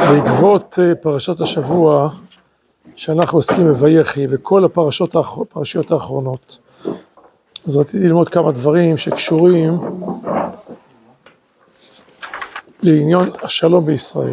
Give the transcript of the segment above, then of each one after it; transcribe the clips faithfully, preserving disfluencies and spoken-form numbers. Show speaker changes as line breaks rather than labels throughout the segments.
בעקבות פרשת השבוע שאנחנו עוסקים בויחי וכל הפרשות הפרשיות האחרונות, אז רציתי ללמוד כמה דברים שקשורים לעניין השלום בישראל.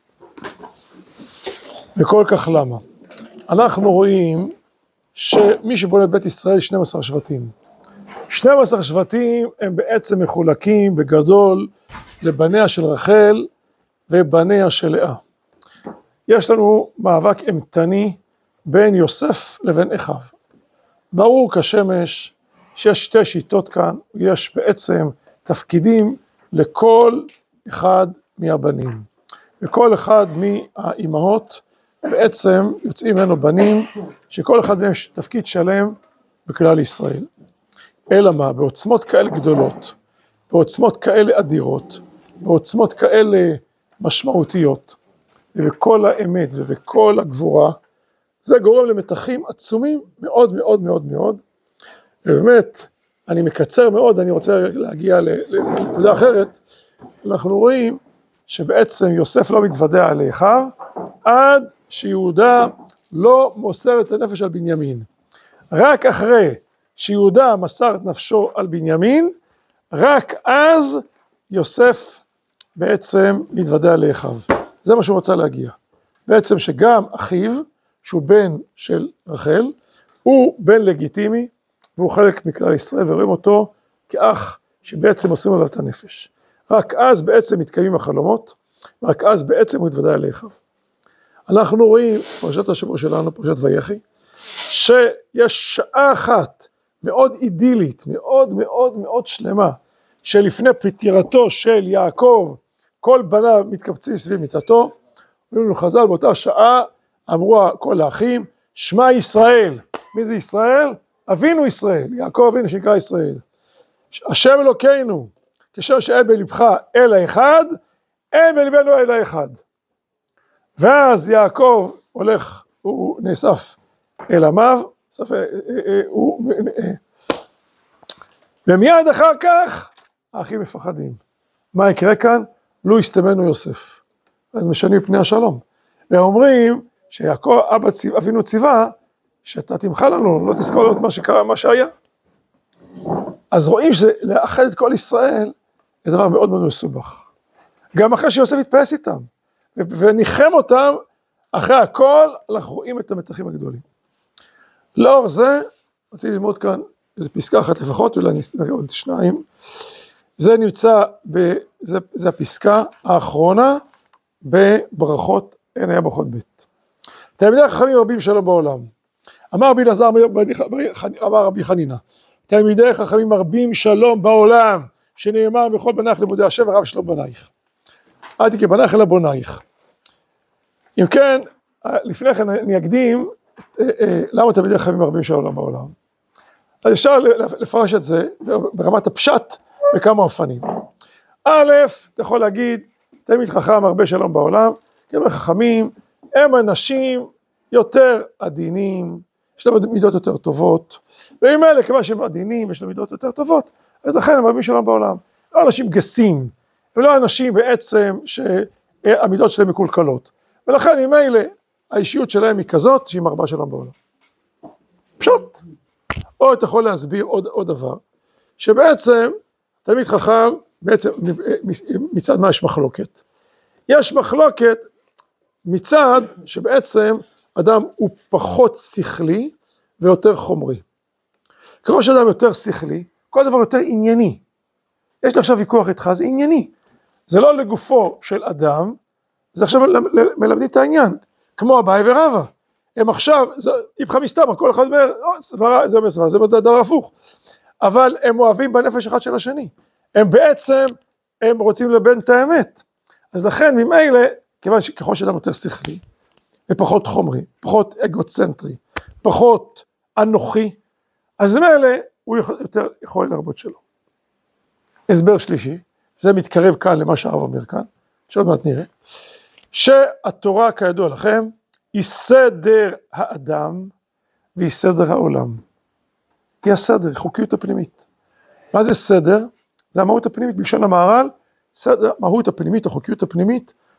וכל כך למה? אנחנו רואים שמי שבונה את בית ישראל שנים עשר שבטים. שנים עשר שבטים הם בעצם מחולקים בגדול לבניה של רחל ובניה של לאה. יש לנו מאבק אימתני בין יוסף לבין אחיו. ברור כשמש שיש שתי שיטות כאן, יש בעצם תפקידים לכל אחד מהבנים. וכל אחד מהאימהות בעצם יוצאים ממנו בנים, שכל אחד מהם יש תפקיד שלם בכלל ישראל. אלא מה? בעוצמות כאלה גדולות, בעוצמות כאלה אדירות, בעוצמות כאלה משמעותיות, ובכל האמת ובכל הגבורה, זה גורם למתחים עצומים מאוד מאוד מאוד מאוד. ובאמת, אני מקצר מאוד, אני רוצה להגיע לנקודה אחרת. אנחנו רואים שבעצם יוסף לא מתוודע על אחיו, עד שיהודה לא מוסר את הנפש על בנימין. רק אחרי שיהודה מסר את נפשו על בנימין, רק אז יוסף בעצם מתוודע לאחיו. זה מה שהוא רוצה להגיע. בעצם שגם אחיו, שהוא בן של רחל, הוא בן לגיטימי, והוא חלק מכלל ישראל, ורואים אותו כאח שבעצם עושים עליו את הנפש. רק אז בעצם מתקיימים החלומות, רק אז בעצם הוא מתוודע לאחיו. אנחנו רואים, פרשת השבוע שלנו, פרשת ויחי, שיש שעה אחת מאוד אידילית, מאוד מאוד מאוד שלמה, שלפני פטירתו של יעקב, כל בניו מתקבצים סביב מיטתו, ואומרים חז"ל באותה שעה, אמרו כל האחים, שמע ישראל. מי זה ישראל? אבינו ישראל, יעקב אבינו שנקרא ישראל. השם אלוקינו, כשם שאין בלבך אלא אחד, אין בלבנו אלא אחד. ואז יעקב הולך, הוא נאסף אל עמיו, ומיד אחר כך, האחים מפחדים. מה יקרה כאן? לו יסתמנו יוסף. אז משנים פני השלום. והם אומרים שיעקב, אבא ציו, אבינו ציווה, שאתה תמחה לנו, לא תזכור לנו את מה שקרה, מה שהיה. אז רואים שלאחד את כל ישראל, זה דבר מאוד מאוד מסובך. גם אחרי שיוסף התפייס איתם, וניחם אותם, אחרי הכל, אנחנו רואים את המתחים הגדולים. לאור זה, רציתי ללמוד כאן, איזו פסקה אחת לפחות, אולי נראה עוד שניים, זה נמצא, ב, זה, זה הפסקה האחרונה, בברכות, אין היה ברכות ב'. תלמידי החכמים רבים שלום בעולם. אמר רבי אלעזר, אמר רבי חנינא, תלמידי חכמים רבים שלום בעולם, שנאמר בכל בנייך לימודי השם ורב שלום בנייך. אל תקרא בנייך אלא בונייך. אם כן, לפני כן אני אקדים, למה תלמידי חכמים רבים שלום בעולם? אז אפשר לפרש את זה ברמת הפשט בכמה אופנים. א', אתה יכול להגיד, תלמיד חכם הרבה שלום בעולם, כי הם חכמים, הם אנשים יותר עדינים, יש להם מידות יותר טובות, ועם אלה, כמה שהם עדינים, יש להם מידות יותר טובות, אז לכן הם רבים שלום בעולם. לא אנשים גסים, הם לא אנשים בעצם שהמידות שלהם מקולקלות, ולכן עם אלה, האישיות שלהם היא כזאת, שהיא מרבה שלום בעולם. פשוט. או אתה יכול להסביר עוד, עוד דבר, שבעצם, תלמיד חכם, בעצם מצד מה יש מחלוקת? יש מחלוקת מצד שבעצם אדם הוא פחות שכלי ויותר חומרי. ככל שאדם יותר שכלי, כל דבר יותר ענייני. יש לי עכשיו ויכוח איתך, זה ענייני. זה לא לגופו של אדם, זה עכשיו מלמדים את העניין, כמו אביי ורבא. הם עכשיו, זה איפכא מסתברא, כל אחד אומר, סברה, זה מסברה, זה דבר הפוך. אבל הם אוהבים בנפש אחד של השני. הם בעצם, הם רוצים לבן את האמת. אז לכן ממילא, כיוון שככל שאדם יותר שכלי, ופחות חומרי, פחות אגוצנטרי, פחות אנוכי, אז ממילא הוא יותר יכול להרבות שלו. הסבר שלישי, זה מתקרב כאן למה שהרב אומר כאן, שעוד מעט נראה, שהתורה כידוע לכם, היא סדר האדם, והיא סדר העולם. היא הסדר, היא חוקיות הפנימית. מה זה סדר? זה המהות הפנימית, בלשון המהר"ל, סדר, מהות הפנימית, החוקיות הפנימית,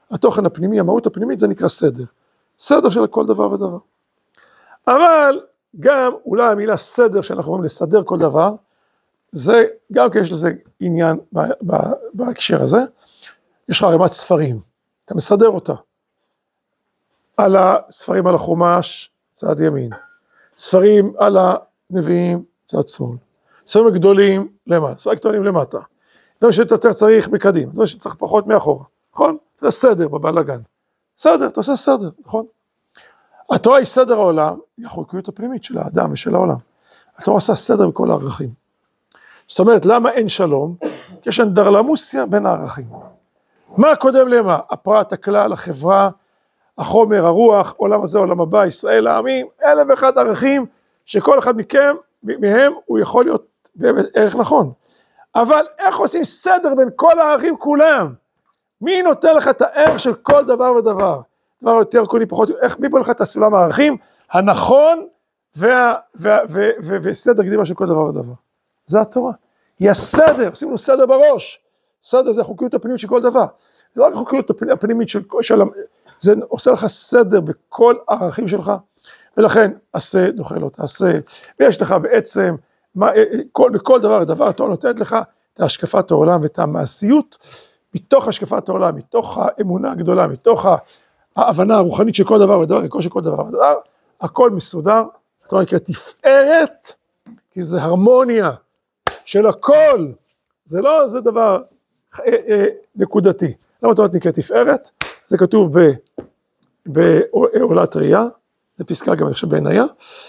התוכן הפנימי, המהות הפנימית, זה נקרא סדר. סדר של כל דבר ודבר. אבל גם אולי המילה סדר, שאנחנו אומרים לסדר כל דבר, זה גם כי יש לזה עניין בהקשר הזה. יש לך ערימת ספרים, אתה מסדר אותה. על הספרים על החומש, צד ימין. ספרים על הנביאים, צד שמאל. ספרים הגדולים למטה, ספרים הגדולים למטה. דבר שאתה יותר צריך מקדים, דבר שצריך פחות מאחורה, נכון? זה סדר בבלגן. סדר, אתה עושה סדר, נכון? התורה היא סדר העולם, היא החוקיות הפנימית של האדם ושל העולם. התורה עושה סדר בכל הערכים. זאת אומרת, למה אין שלום? כי יש אנדרלמוסיה בין הערכים. מה קודם למה? הפרט, הכלל, החברה, החומר, הרוח, עולם הזה, עולם הבא, ישראל, העמים, אלף ואחד ערכים, שכל אחד מכם, מהם הוא יכול להיות באמת ערך נכון. אבל איך עושים סדר בין כל הערכים כולם? מי נותן לך את הערך של כל דבר ודבר? דבר יותר קולי פחות, איך מי בוא לך את הסולם הערכים הנכון וה, וה, וה, וה, וסדר קדימה של כל דבר ודבר? זה התורה. היא הסדר, עושים לנו סדר בראש. סדר זה החוקיות הפנימית של כל דבר. זה לא רק החוקיות הפנימית של, של, זה עושה לך סדר בכל הערכים שלך, ולכן עשה, דוחה לא תעשה, ויש לך בעצם, מה, כל, בכל דבר ודבר, התורה נותנת לך את השקפת העולם ואת המעשיות, מתוך השקפת העולם, מתוך האמונה הגדולה, מתוך ההבנה הרוחנית של כל דבר ודבר, הכל של כל דבר ודבר, הכל מסודר, התורה נקרא תפארת, כי זה הרמוניה של הכל, זה לא, זה דבר אה, אה, נקודתי. למה התורה נקרא תפארת? זה כתוב בעולת ראייה, זה פסקה גם אני חושב בעינייה,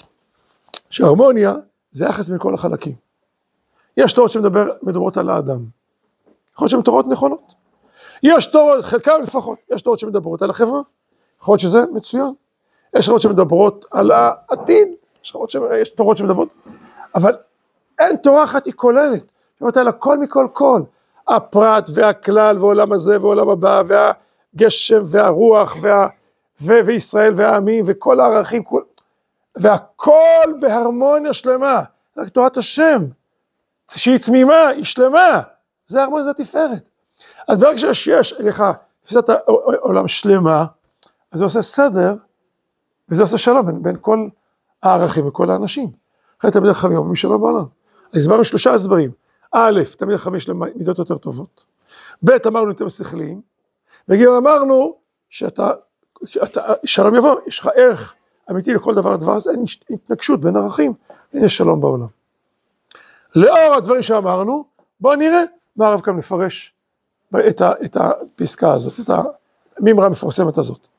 שהרמוניה זה יחס בין כל החלקים. יש תורות שמדברות על האדם, יכול להיות שהן תורות נכונות. יש תורות, חלקם לפחות, יש תורות שמדברות על החברה, יכול להיות שזה מצוין. יש תורות שמדברות על העתיד, יש תורות, יש תורות שמדברות, אבל אין תורה אחת היא כוללת, שאומרת על הכל מכל כל, הפרט והכלל ועולם הזה ועולם הבא, והגשם והרוח וה, ו, וישראל והעמים וכל הערכים, כל, והכל בהרמוניה שלמה, רק תורת השם, שהיא תמימה, היא שלמה, זה הרמוניה, זה התפארת. אז ברגע שיש לך תפיסת העולם שלמה, אז זה עושה סדר, וזה עושה שלום בין, בין כל הערכים וכל האנשים. אחרי תמיד החכמים אומרים שלום בעולם. אז הסברנו שלושה הסברים. א', תמיד החכמים יש להם מידות יותר טובות. ב', אמרנו יותר שכליים. וגם אמרנו שאתה, שאתה, שלום יבוא, יש לך ערך אמיתי לכל דבר הדבר הזה, אין התנגשות בין ערכים, יש שלום בעולם. לאור הדברים שאמרנו, בואו נראה מה הרב כאן מפרש את, ה, את הפסקה הזאת, את המימרה המפורסמת הזאת.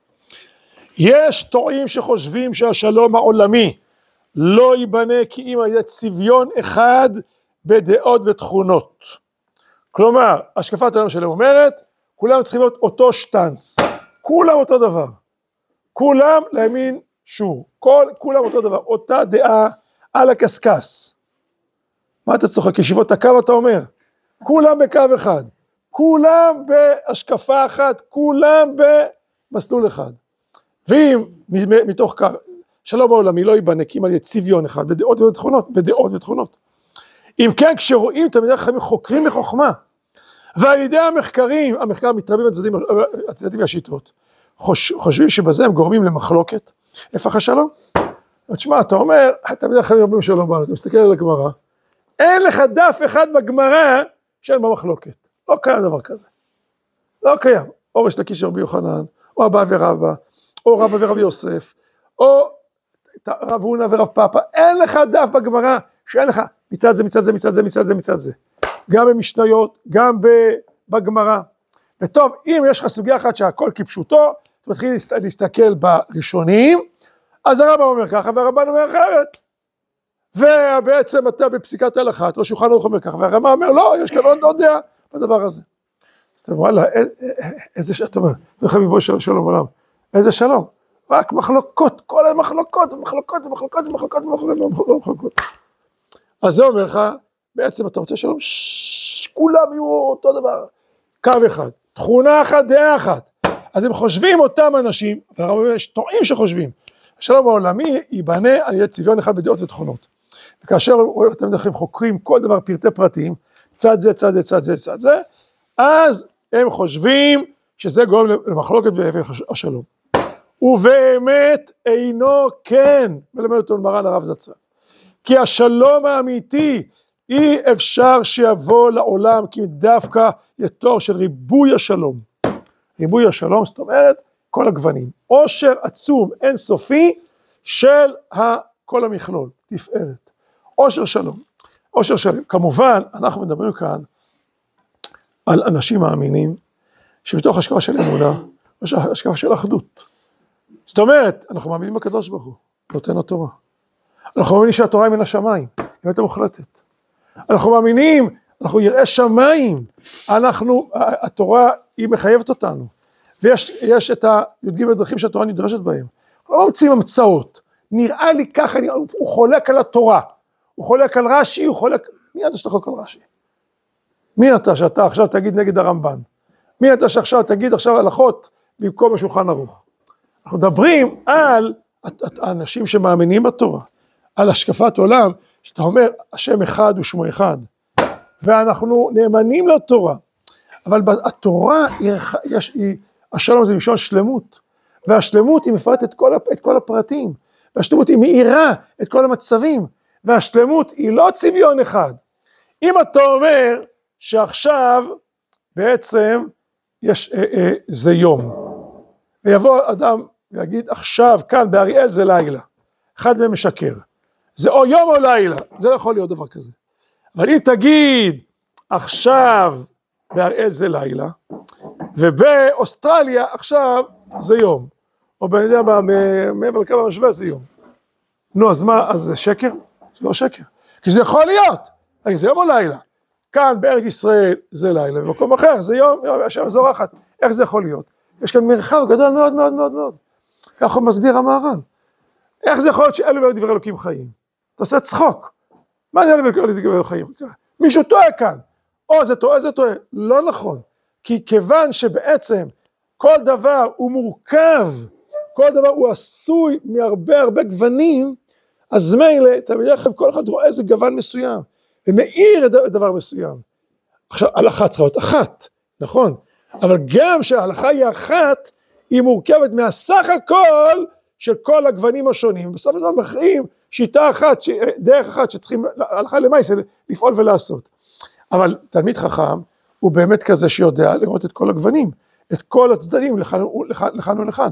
יש טועים שחושבים שהשלום העולמי לא ייבנה כי אם היה צביון אחד בדעות ותכונות. כלומר, השקפת העולם שלהם אומרת, כולם צריכים להיות אותו שטנץ, כולם אותו דבר, כולם לימין שור, כל, כולם אותו דבר, אותה דעה על הקסקס. מה אתה צוחק? ישיבות הקו אתה אומר? כולם בקו אחד, כולם בהשקפה אחת, כולם במסלול אחד. ואם מתוך כך, שלום העולמי לא ייבנה כי אם על צביון אחד, בדעות ותכונות, בדעות ותכונות. אם כן, כשרואים תלמידי החכמים חוקרים מחוכמה, ועל ידי המחקרים, המחקר מתרבים הצדדים, הצדדים והשיטות, חוש, חושבים שבזה הם גורמים למחלוקת, איפה השלום? תשמע, אתה אומר, תלמידי החכמים אומרים שלום בעולם, אתה מסתכל על הגמרא, אין לך דף אחד בגמרא שאין בה מחלוקת, לא קיים דבר כזה, לא קיים, או ריש לקיש רבי יוחנן, או אבא ורבא, או רבא ורבי יוסף, או רב הונא ורב פאפא, אין לך דף בגמרא שאין לך מצד זה, מצד זה, מצד זה, מצד זה, מצד זה. גם במשניות, גם בגמרא. וטוב, אם יש לך סוגיה אחת שהכל כפשוטו, אתה מתחיל להסתכל בראשונים, אז הרמב"ם אומר ככה, והרמב"ן אומר אחרת. ובעצם אתה בפסיקת ההלכה, ראש שולחן ערוך אומר ככה, והרמב"ם אומר, לא, יש כאן עוד עוד דעה בדבר הזה. אז אתה אומר, וואלה, איזה שאתה אומר, זה חביבו של שלום עולם, איזה שלום, רק מחלוקות, כל המחלוקות, מחלוקות, מחלוקות, מחלוקות, מחלוקות, מחלוקות. אז זה אומר לך, בעצם אתה רוצה שלום, כולם יהיו אותו דבר, קו אחד, תכונה אחת, דעה אחת. אז הם חושבים אותם אנשים, אבל יש טועים שחושבים, השלום העולמי ייבנה על ידי צביון אחד בדעות ותכונות. וכאשר אתם לכם חוקרים כל דבר פרטי פרטים, צד זה, צד זה, צד זה, צד זה, אז הם חושבים שזה גורם למחלוקת והפך השלום. ובאמת אינו כן, מלמד אותו מרן הרב זצ"ל, כי השלום האמיתי אי אפשר שיבוא לעולם, כי דווקא יתור של ריבוי השלום. ריבוי השלום, זאת אומרת, כל הגוונים. עושר עצום, אינסופי, של כל המכלול, תפארת. עושר שלום. עושר שלום. כמובן, אנחנו מדברים כאן על אנשים מאמינים, שבתוך השקפה של אמונה, יש השקפה של אחדות. זאת אומרת, אנחנו מאמינים בקדוש ברוך הוא, נותן התורה. אנחנו מאמינים שהתורה היא מן השמיים, היא אמת המוחלטת. אנחנו מאמינים, אנחנו יראי שמיים, אנחנו, התורה היא מחייבת אותנו, ויש יש את הי"ג דרכים שהתורה נדרשת בהם. לא ממציאים המצאות, נראה לי ככה, הוא חולק על התורה, הוא חולק על רש"י, הוא חולק, מי אתה שאתה חולק על רש"י? מי אתה שאתה עכשיו תגיד נגד הרמב"ן? מי אתה שעכשיו תגיד עכשיו הלכות במקום השולחן ערוך? אנחנו מדברים על האנשים שמאמינים בתורה, על השקפת עולם, שאתה אומר, השם אחד ושמו אחד, ואנחנו נאמנים לתורה, אבל התורה, היא, יש, היא, השלום זה לשון שלמות, והשלמות היא מפרטת את כל, את כל הפרטים, והשלמות היא מאירה את כל המצבים, והשלמות היא לא צביון אחד. אם אתה אומר שעכשיו בעצם יש, אה, אה, זה יום, ויבוא אדם ויגיד עכשיו כאן באריאל זה לילה, אחד מהם משקר, זה או יום או לילה, זה לא יכול להיות דבר כזה. אבל אם תגיד עכשיו באריאל זה לילה, ובאוסטרליה עכשיו זה יום, או אני יודע מה, מעבר לקו המשווה זה יום. נו, אז מה, אז זה שקר? זה לא שקר. כי זה יכול להיות, זה יום או לילה. כאן בארץ ישראל זה לילה, במקום אחר זה יום, השם זורחת. איך זה יכול להיות? יש כאן מרחב גדול מאוד מאוד מאוד מאוד. ככה מסביר המהר"ן. איך זה יכול להיות שאלו ואלו דברי אלוקים חיים? אתה עושה צחוק. מה זה אלו ואלו דברי אלוקים חיים? מישהו טועה כאן. או זה טועה, זה טועה. לא נכון. כי כיוון שבעצם כל דבר הוא מורכב, כל דבר הוא עשוי מהרבה הרבה גוונים, אז מילא, תמיד לכם, כל אחד רואה איזה גוון מסוים, ומאיר את דבר מסוים. עכשיו, הלכה צריכה להיות אחת, נכון? אבל גם שההלכה היא אחת, היא מורכבת מהסך הכל של כל הגוונים השונים, בסוף אנחנו מכריעים שיטה אחת, דרך אחת שצריכים, הלכה למעשה, לפעול ולעשות. אבל תלמיד חכם, הוא באמת כזה שיודע לראות את כל הגוונים, את כל הצדדים לכאן, לכאן, לכאן ולכאן.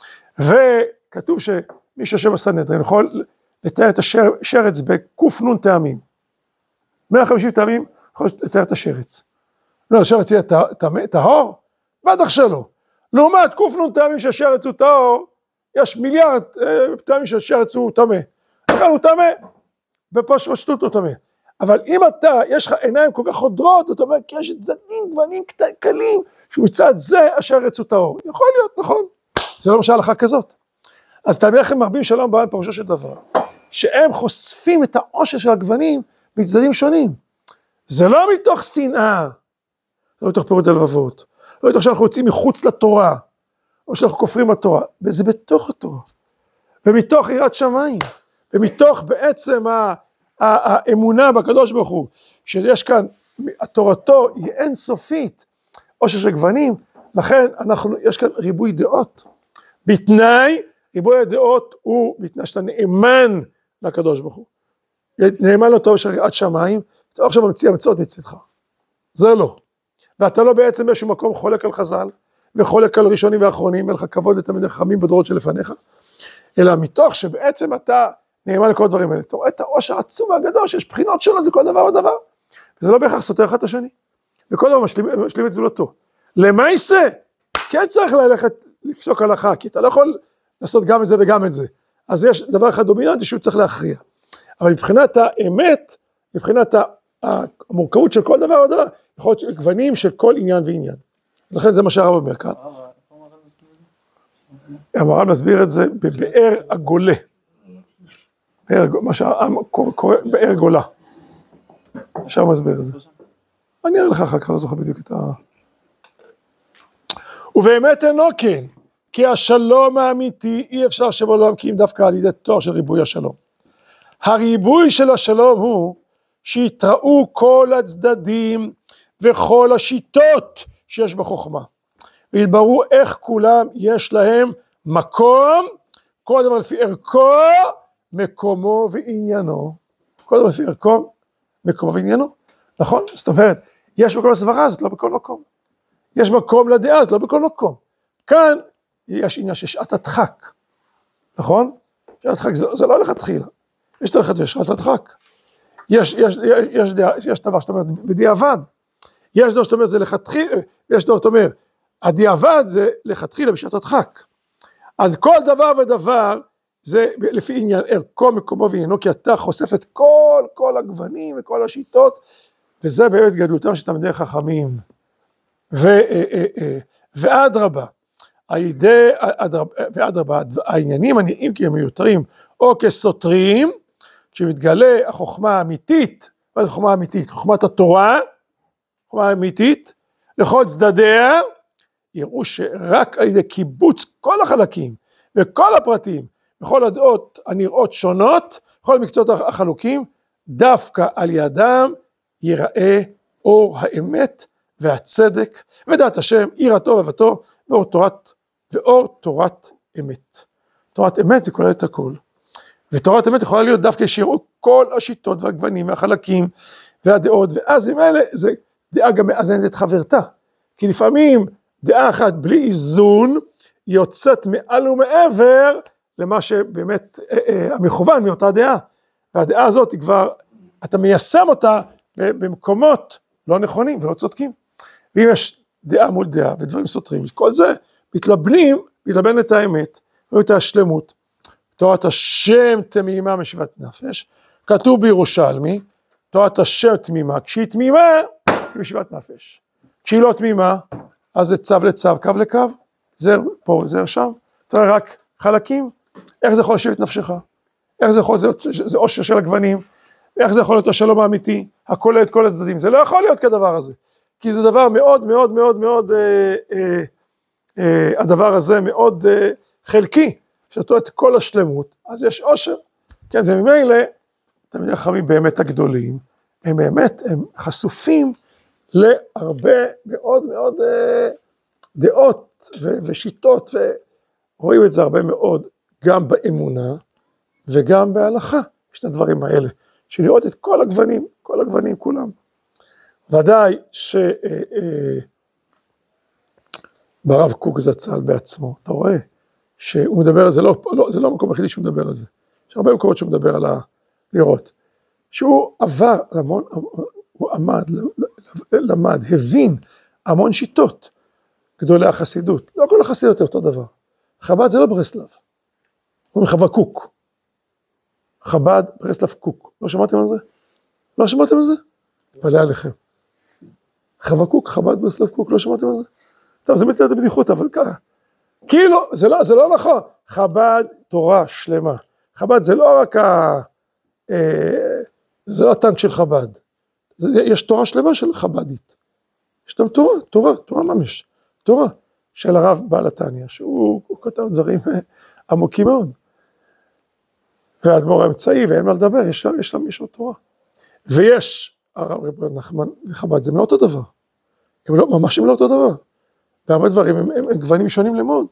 וכתוב שמי שיושב בסנהדרין יכול לתאר את השרץ בקוף נון טעמים. מאה וחמישים טעמים יכול לתאר את השרץ. לא, השרץ יהיה טהור, בטח שלא. לעומת קוף נון טעמים שהשרץ הוא טהור, יש מיליארד טעמים שהשרץ הוא טמא. לכאן הוא טמא, בפשטות הוא טמא. אבל אם אתה, יש לך עיניים כל כך חודרות, אתה אומר, כי יש צדדים גוונים קלים, שמצד זה השרץ הוא טהור. יכול להיות, נכון. זה לא משל הלכה כזאת. אז תלמידי לכם מרבים שלום בעל פירושו של דבר, שהם חושפים את העושר של הגוונים מצדדים שונים. זה לא מתוך שנאה, לא מתוך פירוט הלבבות, לא מתוך שאנחנו יוצאים מחוץ לתורה, או שאנחנו כופרים בתורה, וזה בתוך התורה, ומתוך יראת שמיים, ומתוך בעצם ה... האמונה בקדוש ברוך הוא, שיש כאן, התורתו היא אינסופית, עושר של גוונים, לכן אנחנו, יש כאן ריבוי דעות, בתנאי, ריבוי הדעות הוא בתנאי שאתה נאמן לקדוש ברוך הוא, נאמן לו של יראת שמיים, אתה עכשיו ממציא המצאות מצדך, זה לא, ואתה לא בעצם באיזשהו מקום חולק על חז"ל, וחולק על ראשונים ואחרונים, ואין לך כבוד לתלמידי חכמים בדורות שלפניך, אלא מתוך שבעצם אתה, נאמן לכל הדברים האלה. אתה רואה את העושר העצום והגדול, שיש בחינות שונות לכל דבר ודבר. וזה לא בהכרח סותר אחד את השני. וכל דבר משלים, משלים את זולתו. למעשה, כן צריך ללכת לפסוק הלכה, כי אתה לא יכול לעשות גם את זה וגם את זה. אז יש דבר אחד דומיננטי שהוא צריך להכריע. אבל מבחינת האמת, מבחינת המורכבות של כל דבר ודבר, יכול להיות גוונים של כל עניין ועניין. לכן זה מה שהרב אומר כאן. המהר"ל מסביר את זה בבאר הגולה. מה שהעם קורא באר גולה. עכשיו מסביר את זה. אני אראה לך אחר כך, לא זוכר בדיוק את ה... ובאמת אינו כן, כי השלום האמיתי אי אפשר שבו לעולם כי אם דווקא על ידי תואר של ריבוי השלום. הריבוי של השלום הוא שיתראו כל הצדדים וכל השיטות שיש בחוכמה. והתבררו איך כולם יש להם מקום, כל דבר לפי ערכו, מקומו ועניינו. כל דבר לפי ערכו, מקומו ועניינו. נכון? זאת אומרת, יש מקום לסברה הזאת, לא בכל מקום. יש מקום לדעה הזאת, לא בכל מקום. כאן יש עניין של שעת הדחק. נכון? שעת הדחק זה, זה לא הולך להתחיל. יש תלכת שעת הדחק. יש, יש, יש, יש, דעה, יש דבר שאתה אומר בדיעבד. יש דבר שאתה אומר זה לכתחיל, יש דבר שאתה אומר, הדיעבד זה לכתחילה בשעת הדחק. אז כל דבר ודבר, זה לפי עניין ערכו, מקומו ועניינו, כי אתה חושף את כל, כל הגוונים וכל השיטות, וזה באמת גדלותם של תלמידי חכמים. ואדרבה, ואדרבה, העניינים הנראים כי הם מיותרים, או כסותרים, כשמתגלה החוכמה האמיתית, מה זה חוכמה אמיתית? חוכמת התורה, חוכמה אמיתית, לכל צדדיה, יראו שרק על ידי קיבוץ כל החלקים, וכל הפרטים, בכל הדעות הנראות שונות, בכל המקצועות החלוקים, דווקא על ידם ייראה אור האמת והצדק, ודעת השם, עיר הטוב ואהבתו, ואור תורת, ואור תורת אמת. תורת אמת זה כולל את הכל. ותורת אמת יכולה להיות דווקא שיראו כל השיטות והגוונים והחלקים והדעות, ואז עם אלה זה דעה גם מאזנת חברתה. כי לפעמים דעה אחת בלי איזון יוצאת מעל ומעבר למה שבאמת אה, אה, המכוון מאותה דעה. והדעה הזאת היא כבר, אתה מיישם אותה במקומות לא נכונים ולא צודקים. ואם יש דעה מול דעה ודברים סותרים, כל זה מתלבנים, מתלבן את האמת, ואת השלמות. תורת השם תמימה משיבת נפש, כתוב בירושלמי, תורת השם תמימה, כשהיא תמימה, היא משיבת נפש. כשהיא לא תמימה, אז זה צו לצו, קו לקו, זר פה, זר שם, אתה רואה רק חלקים, איך זה יכול לשבת את נפשך? איך זה יכול, זה, זה אושר של הגוונים, איך זה יכול להיות השלום האמיתי, הכולל את כל הצדדים, זה לא יכול להיות כדבר הזה, כי זה דבר מאוד מאוד מאוד מאוד, אה, אה, אה, הדבר הזה מאוד אה, חלקי, שאתה רואה את כל השלמות, אז יש אושר, כן, זה ממילא, תלמידי חכמים באמת הגדולים, הם באמת, הם חשופים להרבה מאוד מאוד אה, דעות ו- ושיטות, ורואים את זה הרבה מאוד, גם באמונה וגם בהלכה, יש את הדברים האלה, שלראות את כל הגוונים, כל הגוונים כולם. ודאי שברב קוק זצ"ל בעצמו, אתה רואה שהוא מדבר על זה, לא, לא, זה לא המקום היחידי שהוא מדבר על זה, יש הרבה מקומות שהוא מדבר על לראות, שהוא עבר המון, הוא עמד, למד, הבין המון שיטות, גדולי החסידות, לא כל החסידות זה אותו דבר, חב"ד זה לא ברסלב, הוא מחב"ד קוק, חב"ד ברסלב קוק, לא שמעתם על זה? לא שמעתם על זה? פלא עליכם. חב"ד קוק, חב"ד ברסלב קוק, לא שמעתם על זה? טוב, זה מתלת בדיחות, אבל ככה. כאילו, זה לא, זה לא נכון. חב"ד תורה שלמה. חב"ד זה לא רק ה... אה, זה לא הטנק של חב"ד. זה, יש תורה שלמה של חב"דית. יש גם תורה, תורה, תורה ממש. תורה של הרב בעל התניא, שהוא כותב דברים עמוקים מאוד. והאדמו"ר האמצעי, ואין מה לדבר, יש שם, יש שם, יש לו תורה. ויש, הרב נחמן וחב"ד, זה לא אותו דבר. הם לא, ממש הם לא אותו דבר. והרבה דברים הם, הם, הם גוונים שונים למוד.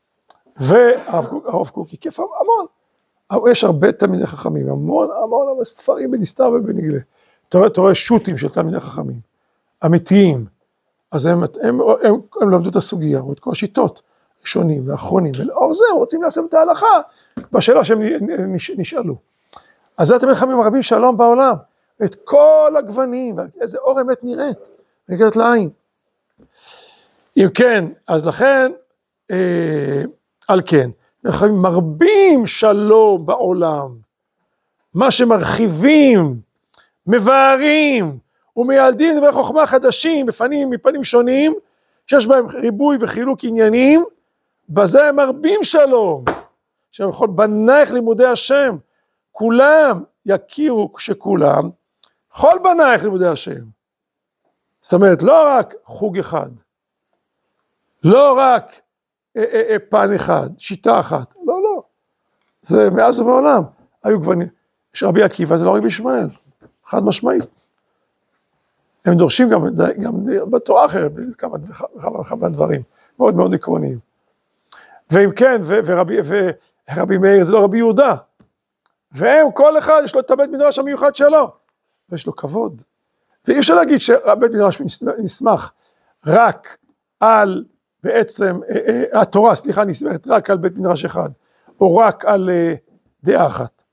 והרב קוק כיף המון. יש הרבה תלמידי חכמים, המון המון המון ספרים בנסתר ובנגלה. אתה רואה, אתה רואה שוטים של תלמידי חכמים, אמיתיים. אז הם, הם, הם, הם, הם למדו את הסוגיה, או את כל השיטות, ראשונים ואחרונים, ולאור זה הם רוצים ליישם את ההלכה, בשאלה שהם נשאלו. אז זה התלמידי חכמים הרבים שלום בעולם, את כל הגוונים, ואיזה אור אמת נראית, נגלת לעין. אם כן, אז לכן, אה, על כן, מרבים שלום בעולם, מה שמרחיבים, מבארים, ומילדים דברי חוכמה חדשים, בפנים, מפנים שונים, שיש בהם ריבוי וחילוק עניינים, בזה הם מרבים שלום, שבכל בנייך לימודי השם, כולם יכירו שכולם, כל בנייך לימודי השם. זאת אומרת, לא רק חוג אחד, לא רק אה, אה, אה, פן אחד, שיטה אחת, לא, לא. זה מאז ומעולם. היו גוונים, יש רבי עקיבא, זה לא רבי ישמעאל, חד משמעית. הם דורשים גם, גם בתורה אחרת, כמה וכמה וכמה דברים, מאוד מאוד עקרוניים. ואם כן, ו, ורבי, ורבי מאיר זה לא רבי יהודה, והם, כל אחד יש לו את הבית מדרש המיוחד שלו, ויש לו כבוד. ואי אפשר להגיד שהבית מדרש נסמך רק על בעצם, התורה, סליחה, נסמכת רק על בית מדרש אחד, או רק על דעה אחת.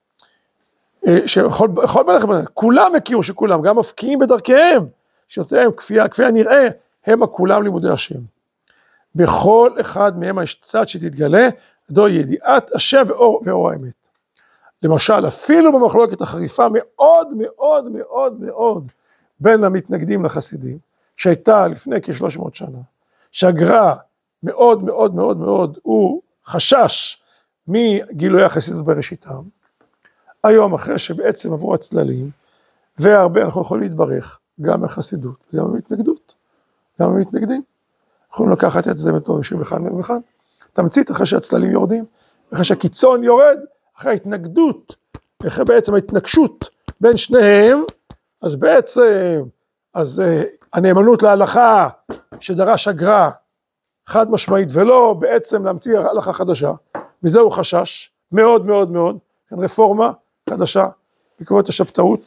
שיכול בלך, כולם הכירו שכולם, גם מפקיעים בדרכיהם, שאותיהם כפי, כפי הנראה, הם הכולם לימודי השם. בכל אחד מהם יש צד שתתגלה, דו ידיעת השם ואור, ואור האמת. למשל, אפילו במחלוקת החריפה מאוד מאוד מאוד מאוד, בין המתנגדים לחסידים, שהייתה לפני כ-שלוש מאות שנה, שהגר"א מאוד מאוד מאוד מאוד, הוא חשש מגילוי החסידות בראשיתם, היום אחרי שבעצם עברו הצללים, והרבה אנחנו יכולים להתברך, גם החסידות וגם המתנגדות, גם המתנגדים, יכולים לקחת את זה מטוב משהו בכאן ובכאן, תמצית אחרי שהצללים יורדים, אחרי שהקיצון יורד, אחרי ההתנגדות, אחרי בעצם ההתנגשות בין שניהם, אז בעצם, אז הנאמנות להלכה שדרש הגר"א חד משמעית, ולא בעצם להמציא הלכה חדשה, מזה הוא חשש, מאוד מאוד מאוד, רפורמה חדשה, בעקבות השבתאות,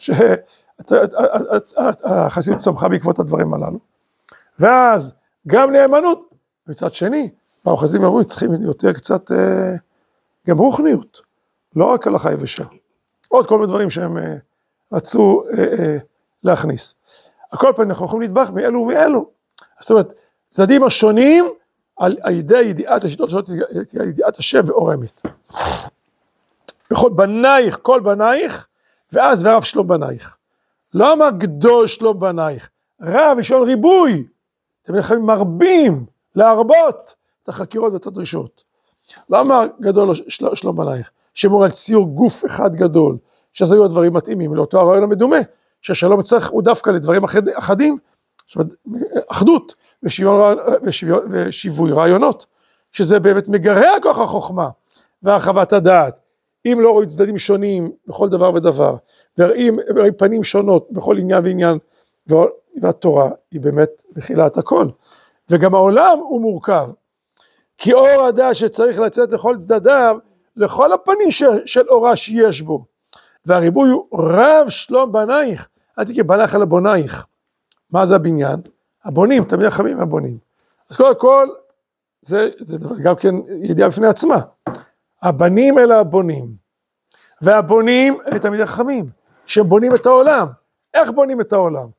שהחסידות צמחה בעקבות הדברים הללו, ואז גם נאמנות, מצד שני, החסידים אמרו, צריכים יותר קצת גם רוחניות, לא רק הלכה יבשה, עוד כל מיני דברים שהם רצו להכניס. הכל פעמים אנחנו יכולים להתברך מאלו ומאלו, זאת אומרת, צדדים השונים, על ידי ידיעת השיטות שלו, ידיעת השם ואור האמת. בכל בנייך, כל בנייך, ואז ורב שלום בנייך. לא אמר גדול שלום בנייך, רב ישון ריבוי, אתם יכולים מרבים, להרבות את החקירות ואת הדרישות. לא אמר גדול של, שלום בנייך, שמור על ציור גוף אחד גדול, שזה היו הדברים מתאימים לאותו הרעיון המדומה, שהשלום צריך הוא דווקא לדברים אחד, אחדים, זאת אומרת, אחדות ושיווי רעיונות, שזה באמת מגרע כוח החוכמה והרחבת הדעת, אם לא רואים צדדים שונים בכל דבר ודבר, ורואים פנים שונות בכל עניין ועניין, והתורה היא באמת מכילה את הכל, וגם העולם הוא מורכב, כי אור הדעת שצריך לצאת לכל צדדיו, לכל הפנים של אורה שיש בו, והריבוי הוא רב שלום בנייך, אל תקרא בנייך על הבונייך, מה זה הבניין? הבונים, תמיד החמים הבונים. אז קודם כל, זה, זה גם כן ידיעה בפני עצמה. הבנים אלה הבונים, והבונים אלה תמיד החמים, שהם בונים את העולם. איך בונים את העולם?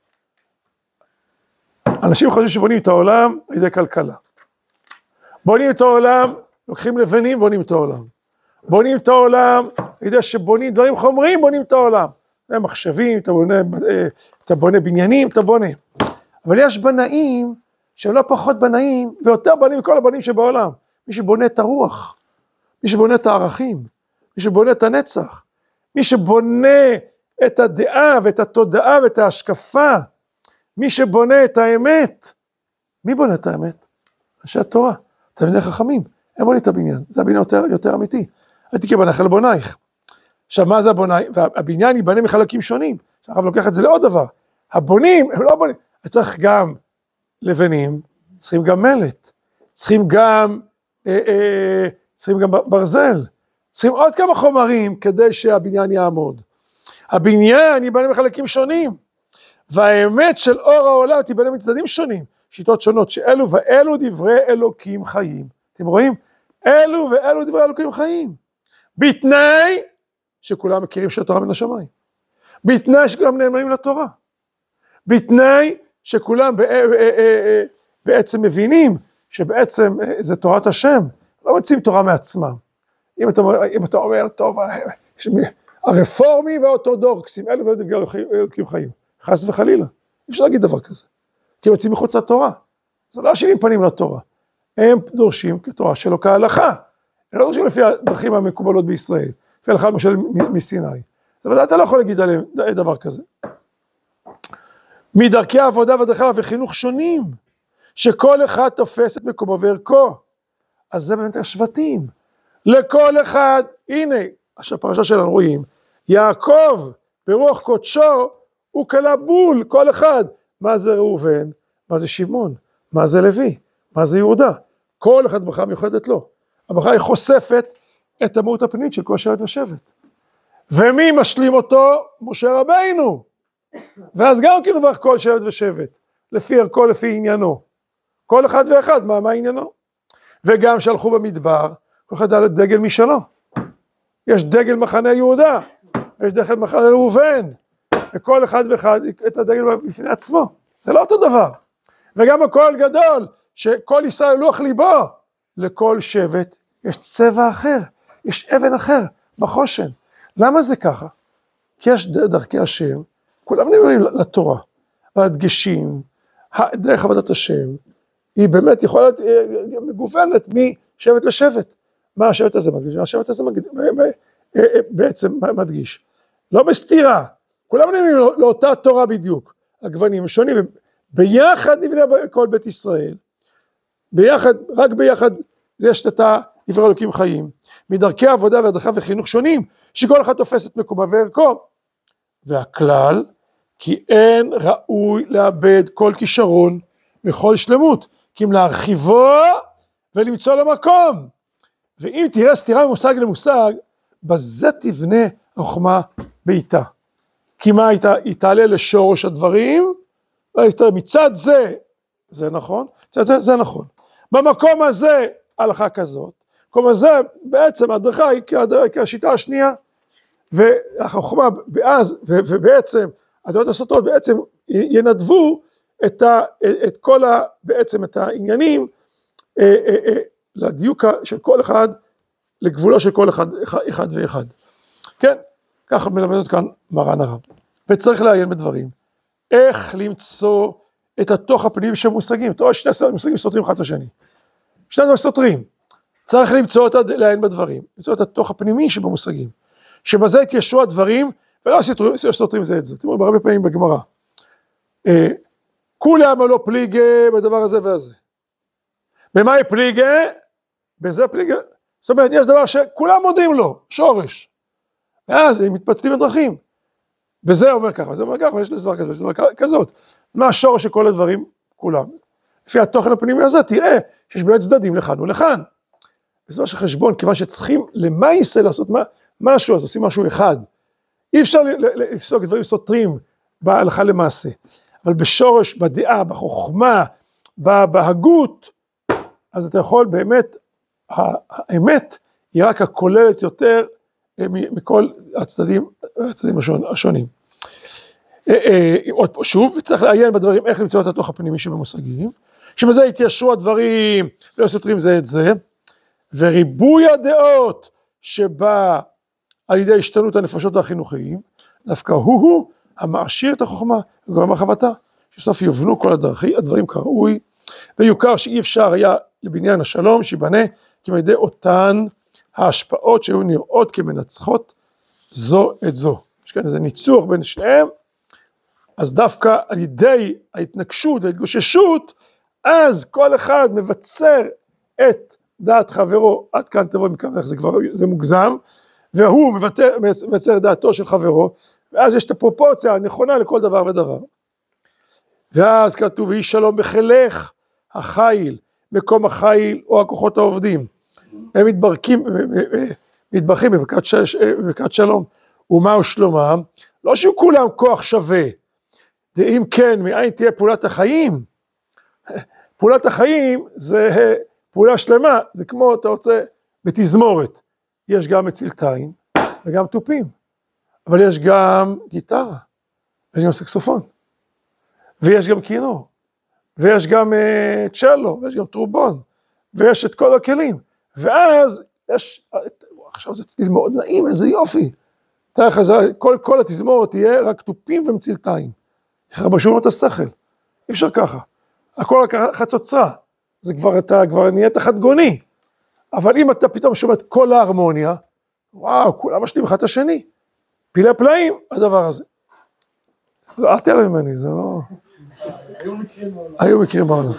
אנשים חושבים שבונים את העולם על ידי כלכלה. בונים את העולם, לוקחים לבנים, בונים את העולם. בונים את העולם, על ידי שבונים דברים חומריים, בונים את העולם. הם מחשבים, אתה בונה, אתה בונה בניינים, אתה בונה. אבל יש בנאים שהם לא פחות בנאים, ויותר בנאים מכל הבנים שבעולם. מי שבונה את הרוח, מי שבונה את הערכים, מי שבונה את הנצח, מי שבונה את הדעה ואת התודעה ואת ההשקפה, מי שבונה את האמת. מי בונה את האמת? אנשי התורה, תלמידי חכמים, הם בונים את הבניין, זה הבניין יותר, יותר אמיתי. אל תקרא בנייך על בונייך. עכשיו מה זה הבוני? והבניין ייבנה מחלקים שונים, הרב לוקח את זה לעוד דבר. הבונים הם לא בונים, צריך גם לבנים, צריכים גם מלט, צריכים גם, אה, אה, צריכים גם ברזל, צריכים עוד כמה חומרים כדי שהבניין יעמוד. הבניין ייבנה מחלקים שונים, והאמת של אור העולם תיבנה מצדדים שונים, שיטות שונות, שאלו ואלו דברי אלוקים חיים. אתם רואים? אלו ואלו דברי אלוקים חיים. בתנאי שכולם מכירים שהתורה מן השמיים. בתנאי שכולם נאמנים לתורה. בתנאי שכולם בעצם מבינים שבעצם זה תורת השם. לא מציעים תורה מעצמם. אם אתה, אם אתה אומר, טוב, הרפורמים והאורתודוקסים, אלו ואלו דברי אלוקים חיים. חס וחלילה. אי אפשר להגיד דבר כזה. כי הם יוצאים מחוץ לתורה. זה לא שבעים פנים לתורה. הם דורשים כתורה שלו כהלכה. הם לא דורשים לפי הדרכים המקובלות בישראל. לפי הלכה למשל מסיני. אז אתה לא יכול להגיד עליהם דבר כזה. מדרכי העבודה והדרכה וחינוך שונים, שכל אחד תופס את מקומו וערכו. אז זה באמת השבטים. לכל אחד, הנה, הפרשה שלנו רואים, יעקב ברוח קודשו, הוא כלה בול, כל אחד, מה זה ראובן, מה זה שמעון, מה זה לוי, מה זה יהודה. כל אחד ברכה מיוחדת לו. הברכה היא חושפת את המהות הפנימית של כל שבט ושבט. ומי משלים אותו? משה רבינו. ואז גם כן לברך כל שבט ושבט, לפי ערכו, לפי עניינו. כל אחד ואחד, מה, מה עניינו? וגם שהלכו במדבר, כל אחד היה דגל משלו. יש דגל מחנה יהודה, יש דגל מחנה ראובן, וכל אחד ואחד את הדגל בפני עצמו. זה לא אותו דבר. וגם הכל גדול, שכל ישראל לוח ליבו, לכל שבט יש צבע אחר, יש אבן אחר, בחושן. למה זה ככה? כי יש דרכי השם, כולם נראים לתורה, והדגשים, דרך עבודת השם, היא באמת יכולה להיות מגוונת משבט לשבט. מה השבט הזה מדגיש? מה השבט הזה בעצם מדגיש? לא בסתירה, כולם נראים לאותה תורה בדיוק, הגוונים שונים, ביחד נבנה כל בית ישראל, ביחד, רק ביחד, זה יש את עבר אלוקים חיים, מדרכי עבודה והדרכה וחינוך שונים, שכל אחד תופס את מקומה וערכו, והכלל, כי אין ראוי לאבד כל כישרון מכל שלמות, כי אם להרחיבו ולמצוא למקום, ואם תראה סתירה ממושג למושג, בזה תבנה החוכמה בעיתה, כי מה הייתה? היא תעלה לשורש הדברים, מצד זה, זה נכון, מצד זה, זה נכון. במקום הזה, הלכה כזאת, במקום הזה, בעצם הדרכה היא כהשיטה השנייה, והחוכמה, ואז, ובעצם, הדעות הסותרות בעצם ינדבו את, ה, את כל ה, בעצם את העניינים, אה, אה, אה, לדיוק של כל אחד, לגבולו של כל אחד, אחד ואחד. כן, ככה מלמדת כאן מרן הרב. וצריך לעיין בדברים. איך למצוא את התוך הפנימי של מושגים. טוב, שני מושגים סותרים אחד את השני. שני דברים סותרים. צריך למצוא אותה, לעיין בדברים. למצוא את התוך הפנימי שבמושגים. שבזה התיישרו הדברים, ולא סותרים זה את זה. אתם רואים הרבה פעמים בגמרא. כולם לא פליגה בדבר הזה והזה. במה היא פליגה? בזה פליגה. זאת אומרת, יש דבר שכולם מודים לו, שורש. ואז הם מתפצלים בדרכים. וזה אומר ככה, וזה אומר ככה, ויש לזה דבר כזה, וזה אומר כזאת. מה השורש של כל הדברים? כולם. לפי התוכן הפנימי הזה, תראה שיש באמת צדדים לכאן ולכאן. וזה ממש חשבון, כיוון שצריכים למעשה לעשות מה, משהו, אז עושים משהו אחד. אי אפשר לפסוק דברים סותרים בהלכה למעשה. אבל בשורש, בדעה, בחוכמה, בהגות, אז אתה יכול באמת, האמת היא רק הכוללת יותר מכל הצדדים, הצדדים השונים. עוד פה שוב, וצריך לעיין בדברים איך למצוא את התוך הפנימי שבמושגים, שבזה התיישרו הדברים, לא סותרים זה את זה, וריבוי הדעות שבא על ידי השתנות הנפשות והחינוכיים, דווקא הוא-הוא המעשיר את החוכמה וגורם הרחבתה, שסוף יובנו כל הדרכי, הדברים כראוי, ויוכר שאי אפשר היה לבניין השלום שיבנה, כי על ידי אותן ההשפעות שהיו נראות כמנצחות זו את זו. יש כאן איזה ניצוח בין שניהם, אז דווקא על ידי ההתנגשות וההתגוששות, אז כל אחד מבצר את דעת חברו, עד כאן תבוא מכאן, זה כבר, זה מוגזם, והוא מבצר, מבצר את דעתו של חברו, ואז יש את הפרופורציה הנכונה לכל דבר ודבר. ואז כתוב, ויהי שלום בחילך החיל, מקום החיל או הכוחות העובדים. הם מתברכים, מתברכים בברכת שלום. ומהו שלומם? לא שהוא כולם כוח שווה. ואם כן, מאין תהיה פעולת החיים? פעולת החיים זה פעולה שלמה, זה כמו אתה רוצה בתזמורת. יש גם מצלתיים וגם טופים, אבל יש גם גיטרה, ויש גם סקסופון, ויש גם כינור, ויש גם uh, צ'לו, ויש גם טרובון, ויש את כל הכלים, ואז יש, עכשיו זה צליל מאוד נעים, איזה יופי, כל, כל התזמורת תהיה רק טופים ומצלתיים, יחרבשו את השכל, אי אפשר ככה, הכל רק חצוצרה, זה כבר, אתה כבר נהיית חדגוני, אבל אם אתה פתאום שומע את כל ההרמוניה, וואו, כולם משלים אחד את השני, פילי פלאים, הדבר הזה. לא, אל תעלם ממני, זה לא... היו מקרים בעולם.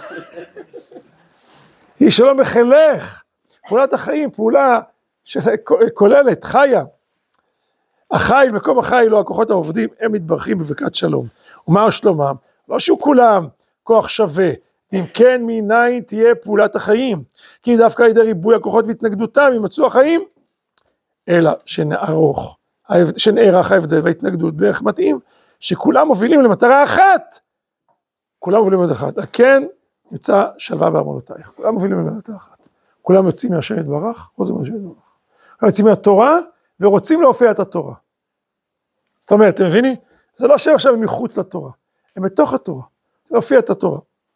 היא שלום בחילך, פעולת החיים, פעולה שכוללת, חיה. החיל, מקום החיל, לא הכוחות העובדים, הם מתברכים בברכת שלום. ומה שלומם? לא שהוא כולם כוח שווה, אם כן מניין תהיה פעולת החיים, כי דווקא על ידי ריבוי הכוחות והתנגדותם ימצאו החיים, אלא שנערוך, שנערך ההבדל וההתנגדות בערך מתאים, שכולם מובילים למטרה אחת, כולם מובילים למטרה אחת, כן נמצא שלווה בארמונותייך, כולם מובילים למטרה אחת, כולם יוצאים מהשם יתברך, חוזרים מהשם יתברך, כולם יוצאים מהתורה ורוצים להופיע את התורה. זאת אומרת, אתם מבינים? זה לא שהם עכשיו מחוץ לתורה, הם בתוך התורה, להופיע את התורה.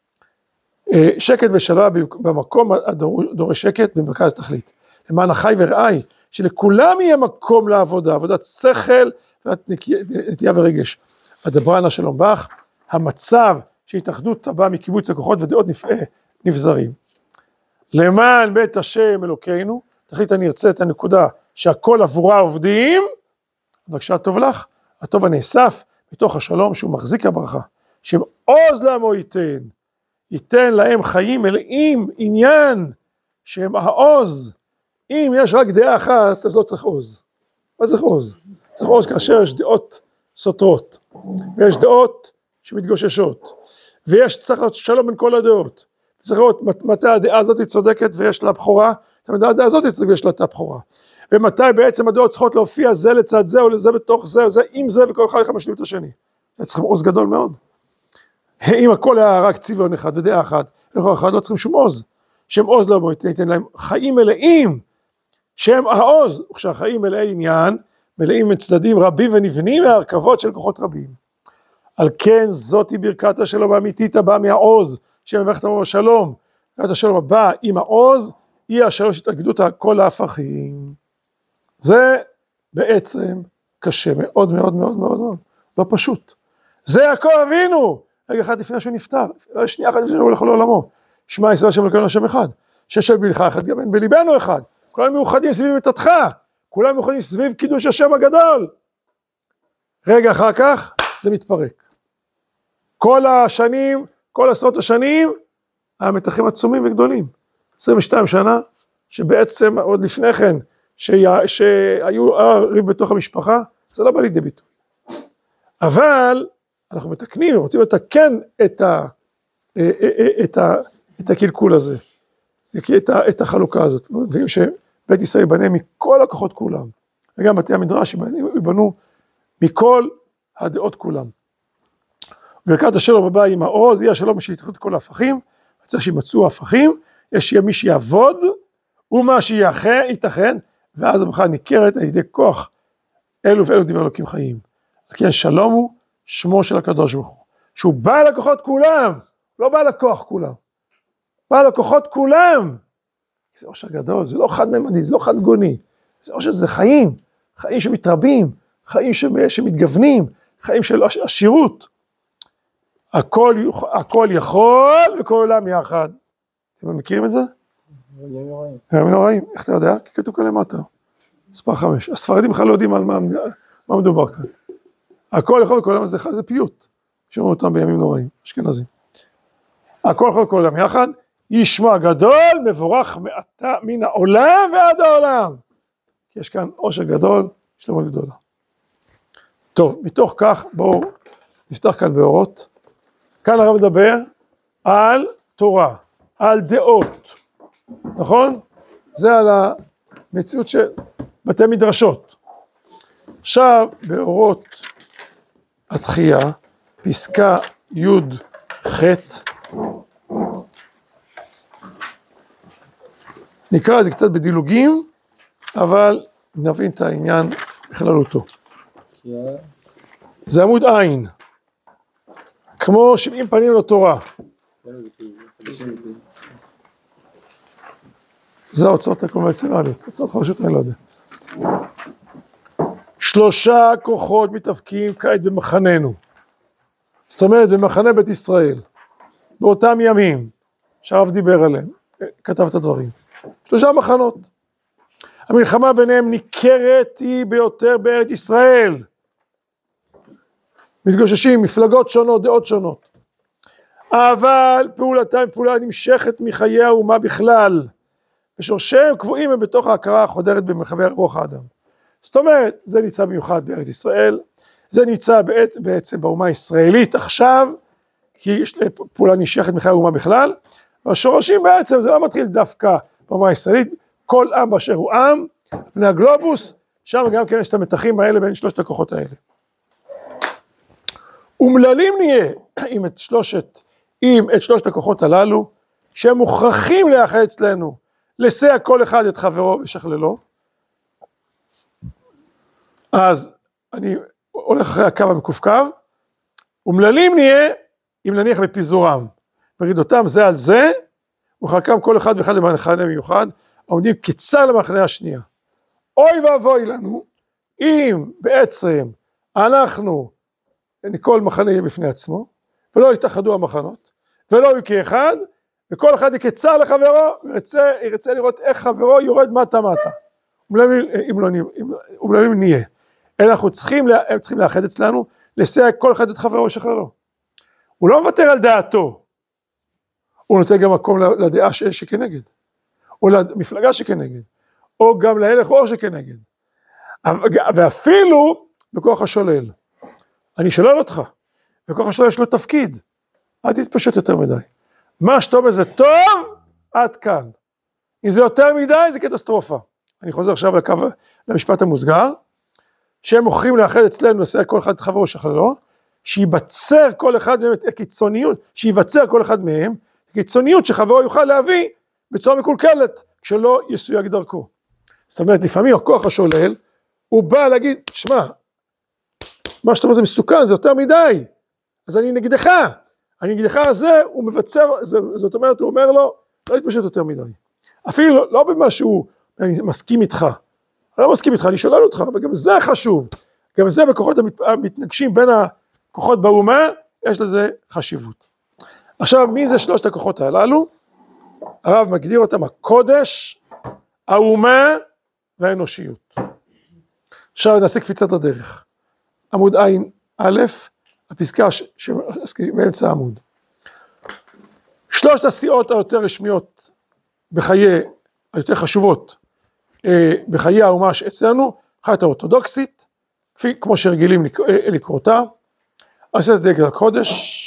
שקט ושלווה במקום דורש שקט במרכז תכלית, למען החי ורעי, שלכולם יהיה מקום לעבודה, עבודת שכל ונטייה ורגש. הדברנה שלום בך, המצב שהתאחדות הבאה מקיבוץ הכוחות ודעות נבזרים. למען בית השם אלוקינו, תכלית אני ארצה את הנקודה שהכל עבורה עובדים, בבקשה טוב לך, הטוב הנאסף מתוך השלום שהוא מחזיק הברכה, שעוז לעמו ייתן, ייתן להם חיים מלאים עניין, שהם העוז, אם יש רק דעה אחת, אז לא צריך עוז. לא צריך עוז. צריך עוז כאשר יש דעות סותרות, ויש דעות שמתגוששות, ויש צריך להיות שלום בין כל הדעות. צריך לראות מתי הדעה הזאת היא צודקת ויש לה בחורה, מתי הדעה הזאת היא צודקת ויש לה את הבחורה. ומתי בעצם הדעות צריכות להופיע זה לצד זה, או לזה בתוך זה, או זה עם זה, וכל אחד משלים את השני. זה צריכים עוז גדול מאוד. אם הכל היה רק צבעון אחד ודעה אחת, לכל אחד לא צריכים שום עוז. שהם עוז לא ייתן להם חיים מלאים, שהם העוז, וכשהחיים מלאי עניין, מלאים מצדדים רבים ונבנים מהרכבות של כוחות רבים. על כן זאתי ברכת השלום האמיתית הבאה מהעוז, שמברכת עמו בשלום, ברכת השלום הבאה עם העוז, היא השלום שהתאגדות כל ההפכים. זה בעצם קשה מאוד מאוד מאוד מאוד מאוד, לא פשוט. זה יעקב אבינו, רגע אחד לפני שהוא נפטר, שנייה אחת לפני שהוא הולך לעולמו, שמע ישראל השם אלוקינו השם אחד, שיש בלך אחד גם אין בליבנו אחד, כולם מאוחדים סביב מיתתך, כולם מאוחדים סביב קידוש השם הגדול. רגע אחר כך זה מתפרק. כל השנים, כל עשרות השנים, המתחים עצומים וגדולים. עשרים ושתיים שנה, שבעצם עוד לפני כן, שיה, שהיו ריב בתוך המשפחה, זה לא בא לידי ביטוי. אבל אנחנו מתקנים, רוצים לתקן את, ה, את, ה, את הקלקול הזה, את, ה, את החלוקה הזאת. מבינים שבית ישראל ייבנה מכל הכוחות כולם, וגם בתי המדרש ייבנו מכל הדעות כולם. וברכת השלום הבא עם העוז, יהיה השלום שיתאחדו את כל ההפכים, צריך שימצאו ההפכים, יש מי שיעבוד, ומה שיתכן, ואז הברכה ניכרת על ידי כוח אלו ואלו דבר אלוקים חיים. כן, שלום הוא שמו של הקדוש ברוך הוא, שהוא בא לכוחות כולם, לא בא לכוח כולם, בא לכוחות כולם. זה עושר גדול, זה לא חד ממדי, זה לא חד גוני, זה עושר, זה חיים, חיים שמתרבים, חיים שמתגוונים, חיים של עשירות. הכל, הכל יכול וכל עולם יחד. אתם מכירים את זה? ימים נוראים. ימים נוראים, איך אתה יודע? כי כתוב כאן למטה. מספר חמש. הספרדים בכלל לא יודעים על מה, מה מדובר כאן. הכל יכול וכל עולם, זה, זה פיוט. שאומרים אותם בימים נוראים, אשכנזים. הכל יכול וכל עולם יחד, ישמע גדול, מבורך מעתה מן העולם ועד העולם. כי יש כאן עושר גדול, שלמות גדולה. טוב, מתוך כך בואו נפתח כאן באורות. כאן הרב מדבר על תורה, על דעות, נכון? זה על המציאות של בתי מדרשות. עכשיו באורות התחייה, פסקה י' ח', נקרא את זה קצת בדילוגים, אבל נבין את העניין בכללותו. זה עמוד עין. כמו שבעים פנים לתורה. זה ההוצאות הקונבנציונליות, הוצאות חדשות אני לא יודע. שלושה כוחות מתאבקים כעת במחננו. זאת אומרת, במחנה בית ישראל, באותם ימים, שהרב דיבר עליהם, כתב את הדברים. שלושה מחנות. המלחמה ביניהם ניכרת היא ביותר בארץ ישראל. מתגוששים, מפלגות שונות, דעות שונות. אבל פעולתם פעולה נמשכת מחיי האומה בכלל. ושורשיהם קבועים הם בתוך ההכרה החודרת במרחבי רוח האדם. זאת אומרת, זה נמצא במיוחד בארץ ישראל, זה נמצא בעצם באומה הישראלית עכשיו, כי יש פעולה נשייכת מחיי האומה בכלל, והשורשים בעצם זה לא מתחיל דווקא באומה הישראלית, כל עם באשר הוא עם, פני הגלובוס, שם גם כן יש את המתחים האלה בין שלושת הכוחות האלה. אומללים נהיה עם את שלושת, עם את שלושת הכוחות הללו, שהם מוכרחים לאחד אצלנו, לסייע כל אחד את חברו ושכללו. אז אני הולך אחרי הקו המקווקו, אומללים נהיה אם נניח בפיזורם, מרידותם זה על זה, וחלקם כל אחד ואחד למחנה מיוחד, עומדים כצר למחנה השנייה. אוי ואבוי לנו, אם בעצם אנחנו, כל מחנה יהיה בפני עצמו, ולא יתאחדו המחנות, ולא יהיו כאחד, וכל אחד יהיה כצר לחברו, וירצה, ירצה לראות איך חברו יורד מטה מטה. אומללים נהיה. אלא אנחנו צריכים, הם צריכים לאחד אצלנו, לסייע כל אחד את חברו ושכללו. הוא לא מוותר על דעתו, הוא נותן גם מקום לדעה שכנגד, או למפלגה שכנגד, או גם להלך אור שכנגד, ואפילו בכוח השולל. אני שולל אותך, בכוח השולל יש לו תפקיד, אל תתפשט יותר מדי. מה שאתה אומר זה טוב, עד כאן. אם זה יותר מדי, זה קטסטרופה. אני חוזר עכשיו לקו, למשפט המוסגר, שהם מוכרים לאחד אצלנו, לסייע כל אחד את חברו ושכללו, שיבצר כל אחד מהם את הקיצוניות, שיבצר כל אחד מהם, קיצוניות שחברו יוכל להביא בצורה מקולקלת, כשלא יסויג דרכו. זאת אומרת, לפעמים הכוח השולל, הוא בא להגיד, שמע, מה שאתה אומר זה מסוכן, זה יותר מדי, אז אני נגדך, אני נגדך הזה, הוא מבצר, זאת אומרת, הוא אומר לו, לא יתפשט יותר מדי. אפילו לא במה שהוא, אני מסכים איתך, אני לא מסכים איתך, אני שולל אותך, אבל גם זה חשוב, גם זה בכוחות המתנגשים בין הכוחות באומה, יש לזה חשיבות. עכשיו, מי זה שלושת הכוחות הללו? הרב מגדיר אותם הקודש, האומה והאנושיות. עכשיו נעשה קפיצת הדרך. עמוד עין א', הפסקה שבאמצע העמוד. שלושת הסיעות היותר רשמיות בחיי, היותר חשובות, בחיי האומה שאצלנו, אחת האורתודוקסית, כפי כמו שרגילים לקרוא אותה, עשרת דגל הקודש,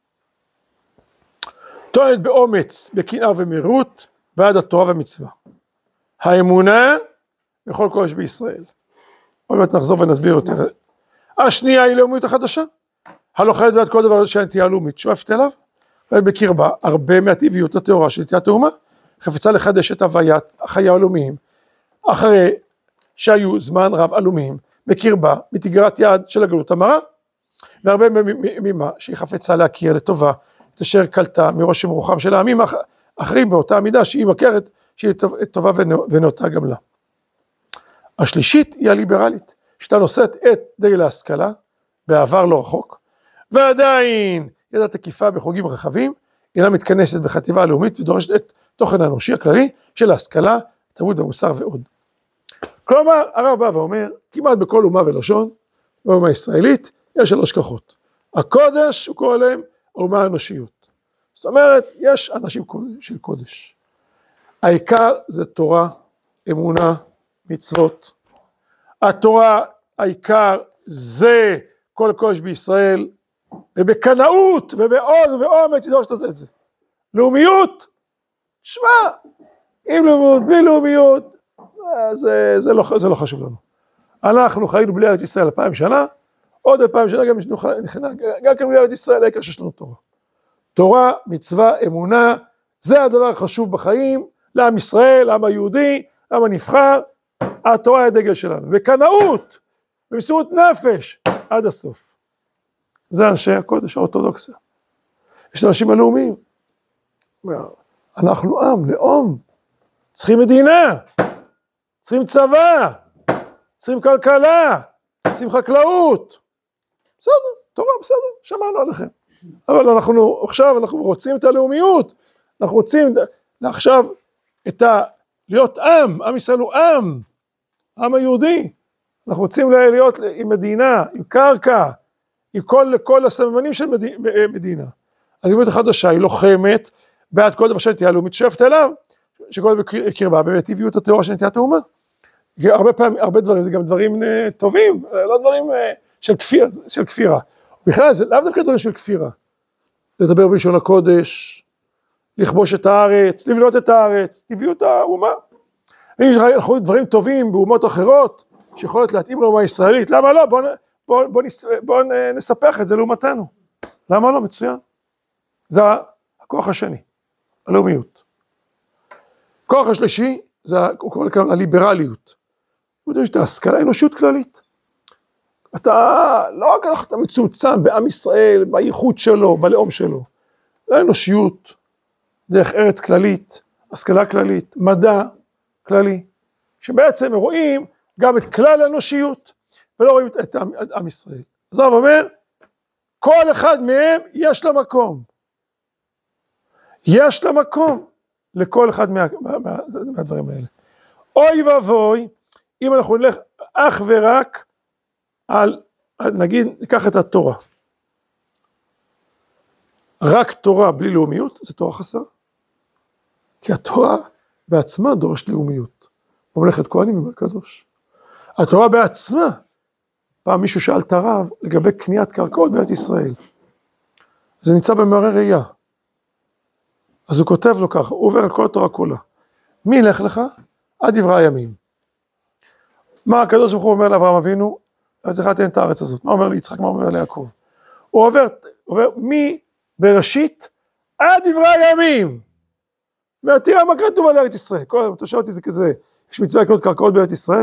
טוענת באומץ, בקנאה ומהירות, בעד התורה והמצווה. האמונה בכל קודש בישראל. עוד מעט נחזור ונסביר יותר. השנייה היא לאומיות החדשה, הלוחדת בעד כל דבר שהנטייה הלאומית שואפת אליו, ובקרבה הרבה מהטבעיות הטהורה של נטיית האומה, חפצה לחדש את הוויית החיי הלאומיים, אחרי שהיו זמן רב הלאומיים, בקרבה, מתגרת יד של הגלות המרה, והרבה ממה שהיא חפצה להכיר לטובה, את אשר קלטה מראשם רוחם של העמים אחרים באותה המידה שהיא מכרת, שהיא טובה ונאותה גם לה. השלישית היא הליברלית, שאתה נושאת את דגל ההשכלה, בעבר לא רחוק, ועדיין ידה תקיפה בחוגים רחבים, אינה מתכנסת בחטיבה הלאומית ודורשת את תוכן האנושי הכללי של ההשכלה, תרבות ומוסר ועוד. כלומר, הרב בא ואומר, כמעט בכל אומה ולשון, באומה הישראלית, יש שלוש כוחות. הקודש, הוא קורא להם, האומה האנושיות. זאת אומרת, יש אנשים של קודש. העיקר זה תורה, אמונה, מצוות. התורה, העיקר זה כל קודש בישראל, ובקנאות ובעוז ובאומץ ידעו שאתה את זה. לאומיות, שמע, עם לאומיות, בלי לאומיות, זה, זה, לא, זה לא חשוב לנו. אנחנו חיינו בלי ארץ ישראל אלפיים שנה, עוד אלפיים שנה גם נכנע, גם כן בלי ארץ ישראל, העיקר שיש לנו תורה. תורה, מצווה, אמונה, זה הדבר החשוב בחיים, לעם ישראל, לעם היהודי, לעם הנבחר, התורה היא הדגל שלנו. וקנאות, במסירות נפש, עד הסוף. זה אנשי הקודש, האורתודוקסיה. יש אנשים הלאומיים. אנחנו עם, לאום, צריכים מדינה, צריכים צבא, צריכים כלכלה, צריכים חקלאות. בסדר, תורה, בסדר, שמענו עליכם. אבל אנחנו, עכשיו אנחנו רוצים את הלאומיות, אנחנו רוצים עכשיו את ה... להיות עם, עם ישראל הוא עם, עם היהודי. אנחנו רוצים להיות עם מדינה, עם קרקע, עם כל, כל הסממנים של מדינה. אז הלאומיות החדשה היא לוחמת, בעד כל דבר שנטייה לאומית שואפת אליו, שכל בקרבה באמת טבעיות התיאוריה של נטיית האומה. הרבה פעמים, הרבה דברים, זה גם דברים טובים, לא דברים של כפירה, של כפירה. בכלל זה לאו דווקא דברים של כפירה. לדבר בלשון הקודש, לכבוש את הארץ, לבנות את הארץ, טבעיות האומה. אם אנחנו דברים טובים באומות אחרות, שיכולות להתאים לאומה הישראלית, למה לא? בואו בוא, בוא, בוא נספח את זה לאומתנו. למה לא? מצוין. זה הכוח השני, הלאומיות. הכוח השלישי, זה, הוא קורא לכאן הליברליות. הוא יודע, ההשכלה, אנושיות כללית. אתה לא רק אתה מצומצם בעם ישראל, בייחוד שלו, בלאום שלו. זה אנושיות, דרך ארץ כללית, השכלה כללית, מדע כללי, שבעצם רואים גם את כלל האנושיות, ולא רואים את עם, את עם ישראל. אז הרב אומר, כל אחד מהם יש לה מקום. יש לה מקום לכל אחד מה, מה, מה, מהדברים האלה. אוי ואבוי, אם אנחנו נלך אך ורק על, נגיד, ניקח את התורה. רק תורה בלי לאומיות, זה תורה חסרה. כי התורה בעצמה דורשת לאומיות. במלאכת כהנים ובקדוש. התורה בעצמה, פעם מישהו שאל את הרב לגבי קניית קרקעות בארץ ישראל. זה נמצא במערה ראייה. אז הוא כותב לו ככה, הוא עובר על כל התורה כולה. מי ילך לך? עד דברי הימים. מה הקדוש ברוך הוא אומר לאברהם אבינו? אז צריך לתת את הארץ הזאת. מה אומר ליצחק? מה אומר ליעקב? הוא עובר, עובר מבראשית עד דברי הימים. תראה מה כתוב על ארץ ישראל. כל הזמן, אתה שואל אותי זה כזה, יש מצווה לקנות קרקעות בארץ ישראל?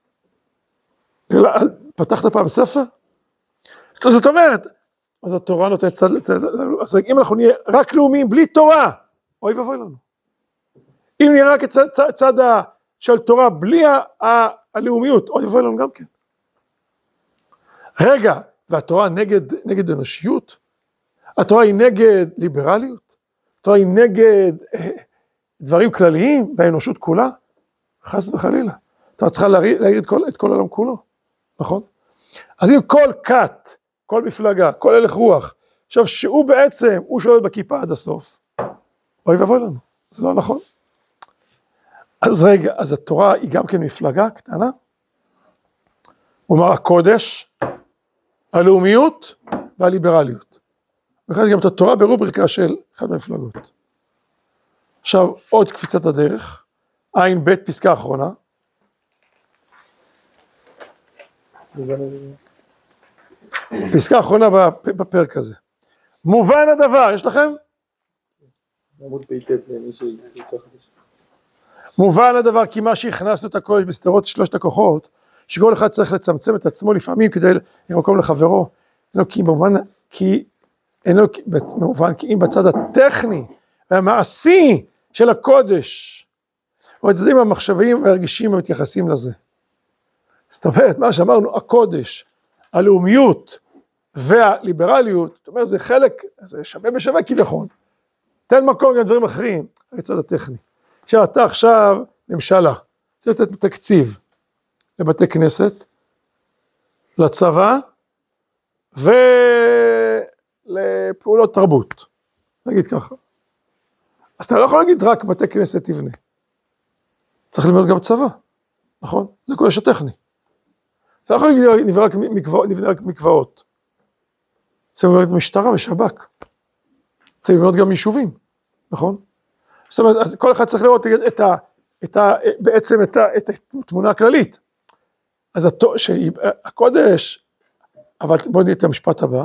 פתחת פעם ספר? זאת אומרת, אז התורה נותנת צד, אז אם אנחנו נהיה רק לאומיים בלי תורה, אוי ואבוי לנו. אם נהיה רק צד, צד, צד של תורה בלי הלאומיות, אוי ואבוי לנו גם כן. רגע, והתורה נגד, נגד אנושיות? התורה היא נגד ליברליות? התורה היא נגד אה, דברים כלליים באנושות כולה? חס וחלילה. אתה צריכה להעיר, להעיר את כל, את כל העולם כולו, נכון? אז אם כל כת, כל מפלגה, כל הלך רוח, עכשיו שהוא בעצם, הוא שולט בכיפה עד הסוף, אוי ואבוי לנו, זה לא נכון. אז רגע, אז התורה היא גם כן מפלגה קטנה, הוא אומר הקודש, הלאומיות והליברליות. וכן גם את התורה ברובריקה של אחד מהמפלגות. עכשיו עוד קפיצת הדרך, עין ב' פסקה האחרונה. פסקה האחרונה בפרק הזה. מובן הדבר, יש לכם? מובן הדבר כי מה שהכנסנו את הקודש בסתרות שלושת הכוחות, שכל אחד צריך לצמצם את עצמו לפעמים כדי למקום לחברו, אינו כי במובן, כי, אינו במובן כי אם בצד הטכני והמעשי של הקודש, או הצדדים המחשביים והרגישים המתייחסים לזה. זאת אומרת, מה שאמרנו, הקודש, הלאומיות והליברליות, זאת אומרת, זה חלק, זה שווה בשווה כביכול. תן מקום גם דברים אחרים, הצד הטכני. עכשיו אתה עכשיו ממשלה, צריך לתת תקציב לבתי כנסת, לצבא ולפעולות תרבות, נגיד ככה. אז אתה לא יכול להגיד רק בתי כנסת תבנה. צריך לבנות גם צבא, נכון? זה קודש הטכני. אתה לא יכול להגיד נבנה רק, מקבע, נבנה רק מקוואות. צריך לבנות משטרה ושב"כ. צריך לבנות גם יישובים, נכון? זאת אומרת, אז כל אחד צריך לראות את ה, את ה, בעצם את, ה, את התמונה הכללית. אז הקודש, אבל בואו נראה את המשפט הבא.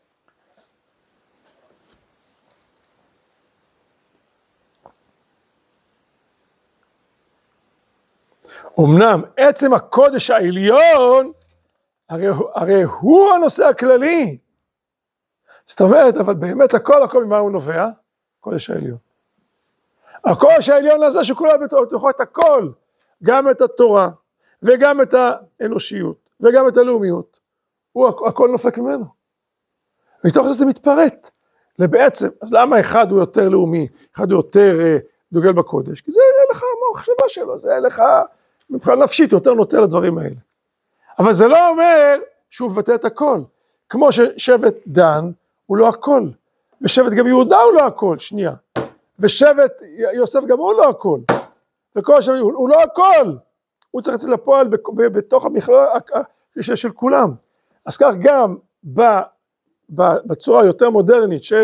אמנם עצם הקודש העליון, הרי, הרי הוא הנושא הכללי. זאת אומרת, אבל באמת הכל הכל ממה הוא נובע? הקודש העליון. הקודש העליון הזה שכולה בתוכו את הכל, גם את התורה, וגם את האנושיות, וגם את הלאומיות, הוא הכל נופק ממנו. מתוך זה זה מתפרט, לבעצם, אז למה אחד הוא יותר לאומי, אחד הוא יותר uh, דוגל בקודש? כי זה לך המחשבה שלו, זה לך מבחינה נפשית, יותר נוטה לדברים האלה. אבל זה לא אומר שהוא מבטא את הכל, כמו ששבט דן הוא לא הכל, ושבט גם יהודה הוא לא הכל, שנייה, ושבט יוסף גם הוא לא הכל, וכל השבט הוא, הוא לא הכל, הוא צריך לצאת לפועל בתוך המכלול של כולם. אז כך גם בצורה יותר מודרנית של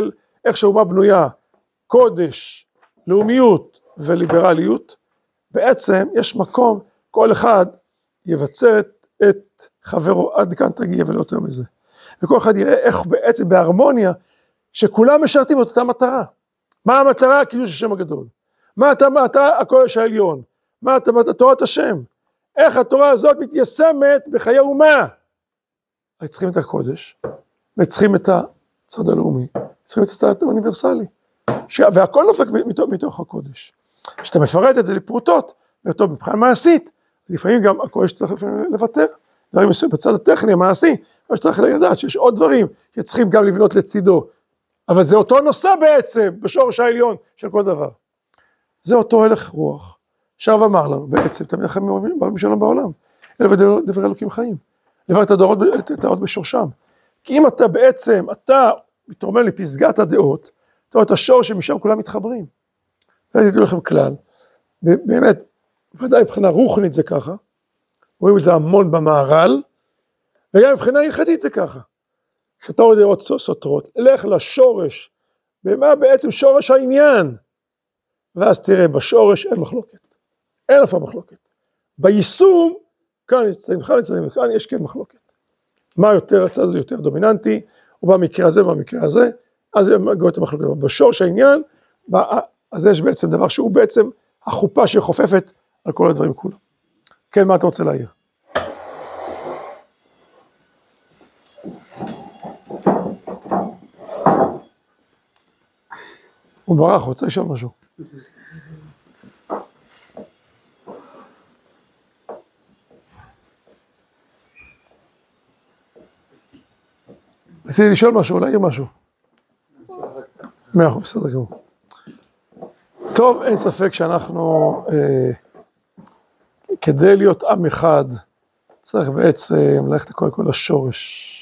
איך שהאומה בנויה, קודש, לאומיות וליברליות, בעצם יש מקום, כל אחד יבצר את, את חברו, עד כאן תגיע ולא יותר מזה. וכל אחד יראה איך בעצם בהרמוניה, שכולם משרתים את אותה מטרה. מה המטרה? קידוש השם הגדול. מה המטרה? הקודש העליון. מה המטרה? תורת השם. איך התורה הזאת מתיישמת בחיי אומה. צריכים את הקודש, וצריכים את הצד הלאומי, צריכים את הצד האוניברסלי. והכל נופק מתוך, מתוך הקודש. כשאתה מפרט את זה לפרוטות, ואותו מבחינה מעשית, לפעמים גם הקודש צריך לוותר, דברים מסוים בצד הטכני, המעשי, אבל שצריך לדעת שיש עוד דברים שצריכים גם לבנות לצידו, אבל זה אותו נושא בעצם, בשורש העליון של כל דבר. זה אותו הלך רוח, שהרב אמר לנו, בעצם, תמיד לכם מרבים שלום בעולם, אלה דברי אלוקים חיים, לברר את הדורות, את הדעות בשורשם. כי אם אתה בעצם, אתה מתרומם לפסגת הדעות, אתה רואה את השורש שמשם כולם מתחברים. ואני אתן לכם כלל, באמת, ודאי מבחינה רוחנית זה ככה, רואים את זה המון במערל, וגם מבחינה הלכתית זה ככה. כשאתה רואה דעות סותרות, לך לשורש, ומה בעצם שורש העניין, ואז תראה, בשורש אין מחלוקת, אין אף מחלוקת. ביישום, כאן נצטעים, כאן נצטעים, כאן יש כן מחלוקת. מה יותר, הצד יותר דומיננטי, ובמקרה הזה, במקרה הזה, אז הם גאות המחלוקת. בשורש העניין, אז יש בעצם דבר שהוא בעצם החופה שחופפת על כל הדברים כולם. כן, מה אתה רוצה להעיר? הוא ברח, רוצה לשאול משהו. רציתי לשאול משהו, להעיר משהו. מאה אחוז, בסדר גמור. טוב, אין ספק שאנחנו, אה, כדי להיות עם אחד, צריך בעצם ללכת לכל כל השורש.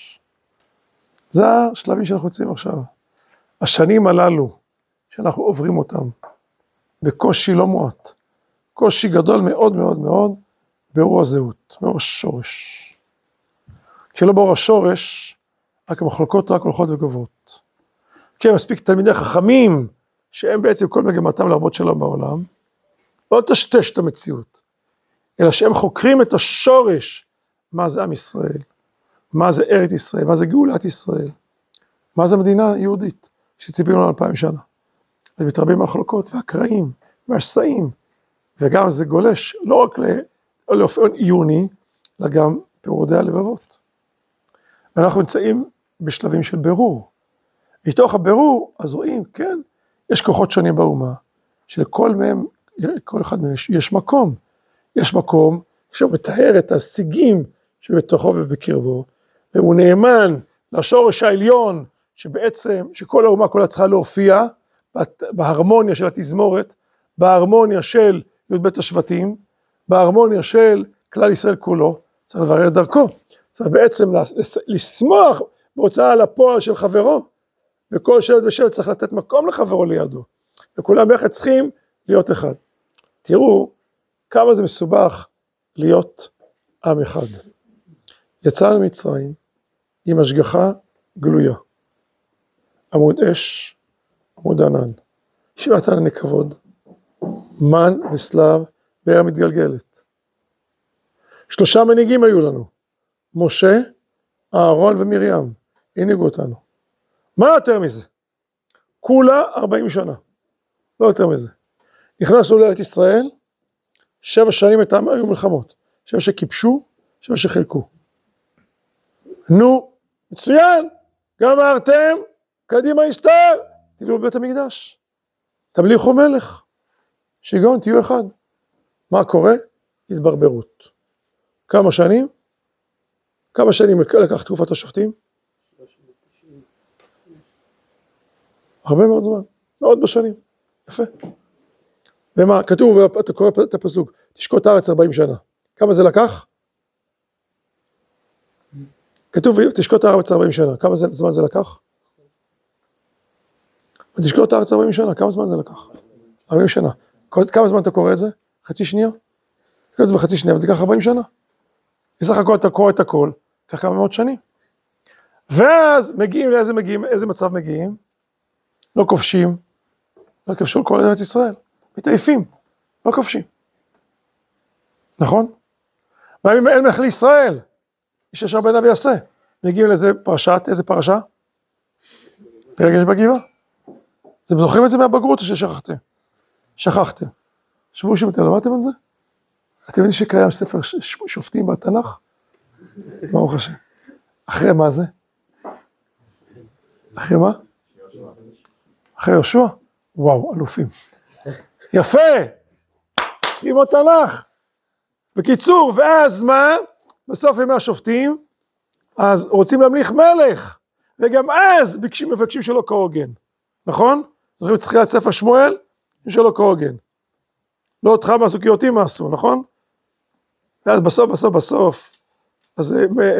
זה השלבים שאנחנו יוצאים עכשיו. השנים הללו, שאנחנו עוברים אותם, בקושי לא מועט, קושי גדול מאוד מאוד מאוד, באור הזהות, באור השורש. כשלא באור השורש, רק המחלוקות רק הולכות וגוברות. כן, מספיק תלמידי חכמים, שהם בעצם כל מגמתם להרבות שלום בעולם, לא תשתש את המציאות, אלא שהם חוקרים את השורש, מה זה עם ישראל, מה זה ארץ ישראל, מה זה גאולת ישראל, מה זה מדינה יהודית, שציפינו לנו אלפיים שנה. אז מתרבים מחלוקות והקרעים והשסעים, וגם זה גולש לא רק לאופן עיוני, אלא גם פירודי הלבבות. ואנחנו נמצאים בשלבים של בירור. מתוך הבירור, אז רואים, כן, יש כוחות שונים באומה, שלכל מהם, כל אחד מהם יש מקום. יש מקום שהוא מתאר את השיגים שבתוכו ובקרבו, והוא נאמן לשורש העליון, שבעצם, שכל האומה כולה צריכה להופיע, בהרמוניה של התזמורת, בהרמוניה של י"ב השבטים, בהרמוניה של כלל ישראל כולו, צריך לברר דרכו, צריך בעצם לשמוח בהוצאה לפועל של חברו, וכל שבט ושבט צריך לתת מקום לחברו לידו, וכולם ביחד צריכים להיות אחד. תראו כמה זה מסובך להיות עם אחד. יצאנו ממצרים עם השגחה גלויה, עמוד אש, עמוד ענן, שבעת ענני כבוד, מן וסלב, באר מתגלגלת. שלושה מנהיגים היו לנו, משה, אהרון ומרים, הנהיגו אותנו. מה יותר מזה? כולה ארבעים שנה, לא יותר מזה. נכנסנו לארץ ישראל, שבע שנים איתם היו מלחמות, שבע שכיבשו, שבע שחילקו. נו, מצוין, גם אמרתם, קדימה יסתר, תבלו בבית המקדש, תמליכו מלך, שיגעון, תהיו אחד. מה קורה? התברברות. כמה שנים? כמה שנים לקח תקופת השופטים? הרבה מאוד זמן, מאוד בשנים, יפה. ומה, כתוב, אתה קורא את הפסוק, תשקוט הארץ ארבעים שנה. כמה זה לקח? כתוב, תשקוט הארץ ארבעים שנה. כמה זמן זה לקח? תשקוט הארץ ארבעים שנה. כמה זמן זה לקח? ארבעים שנה. כמה זמן אתה קורא את זה? חצי שנייה? תקרא את זה בחצי שנייה, וזה לקח ארבעים שנה. בסך הכל אתה קורא את הכל, כך כמה מאות שנים. ואז מגיעים, לאיזה מגיעים, איזה מצב מגיעים? לא כובשים, לא כבשו כל ארץ ישראל, מתעייפים, לא כובשים. נכון? בימים האלה מלך לישראל, איש ישר בעיניו יעשה. מגיעים לאיזה פרשת, איזה פרשה? פלג אש בגבעה. אתם זוכרים את זה מהבגרות או ששכחתם? שכחתם. שבו שאתם למדתם את זה? אתם יודעים שקיים ספר שופטים בתנ"ך? ברוך השם. אחרי מה זה? אחרי מה? אחרי יהושע? וואו, אלופים. יפה! צריכים עוד תנ"ך. בקיצור, ואז מה? בסוף ימי השופטים, אז רוצים להמליך מלך, וגם אז ביקשים, מבקשים שלא כהוגן. נכון? זוכרים את תחילת ספר שמואל? שלא כהוגן. לא אותך מעשו כי אותי מעשו, נכון? ואז בסוף, בסוף, בסוף, אז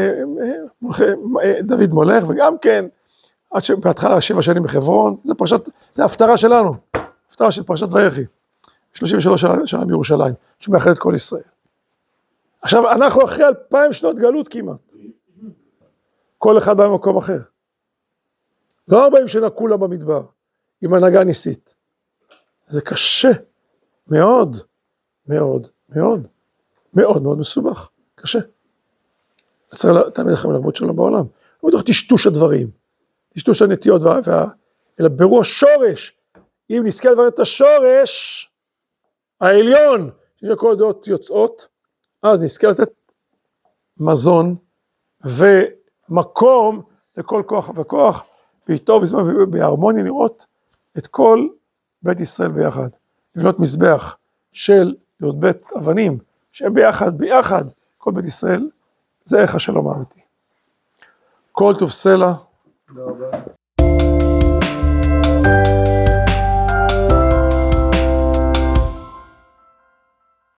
דוד מולך, וגם כן, עד שבהתחלה שבע שנים בחברון, זה פרשת, זה ההפטרה שלנו, ההפטרה של פרשת ויחי, שלושים ושלוש שנה בירושלים, שמאחד את כל ישראל. עכשיו, אנחנו אחרי אלפיים שנות גלות כמעט, כל אחד בא במקום אחר. לא ארבעים שנה כולם במדבר, עם הנהגה ניסית. זה קשה, מאוד, מאוד, מאוד, מאוד מאוד מסובך, קשה. צריך תמיד לכם לעבוד שלום בעולם, לא מתוך טשטוש הדברים, טשטוש הנטיות, וה, וה, אלא ברור השורש, אם נזכה לדבר את השורש, העליון, שכל הדעות יוצאות, אז נזכה לתת מזון, ומקום לכל כוח וכוח, ואיתו וזמן ובהרמוניה לראות את כל בית ישראל ביחד. לבנות מזבח של י"ב אבנים, שהם ביחד, ביחד, כל בית ישראל, זה ערך השלום האמיתי. כל טוב סלע.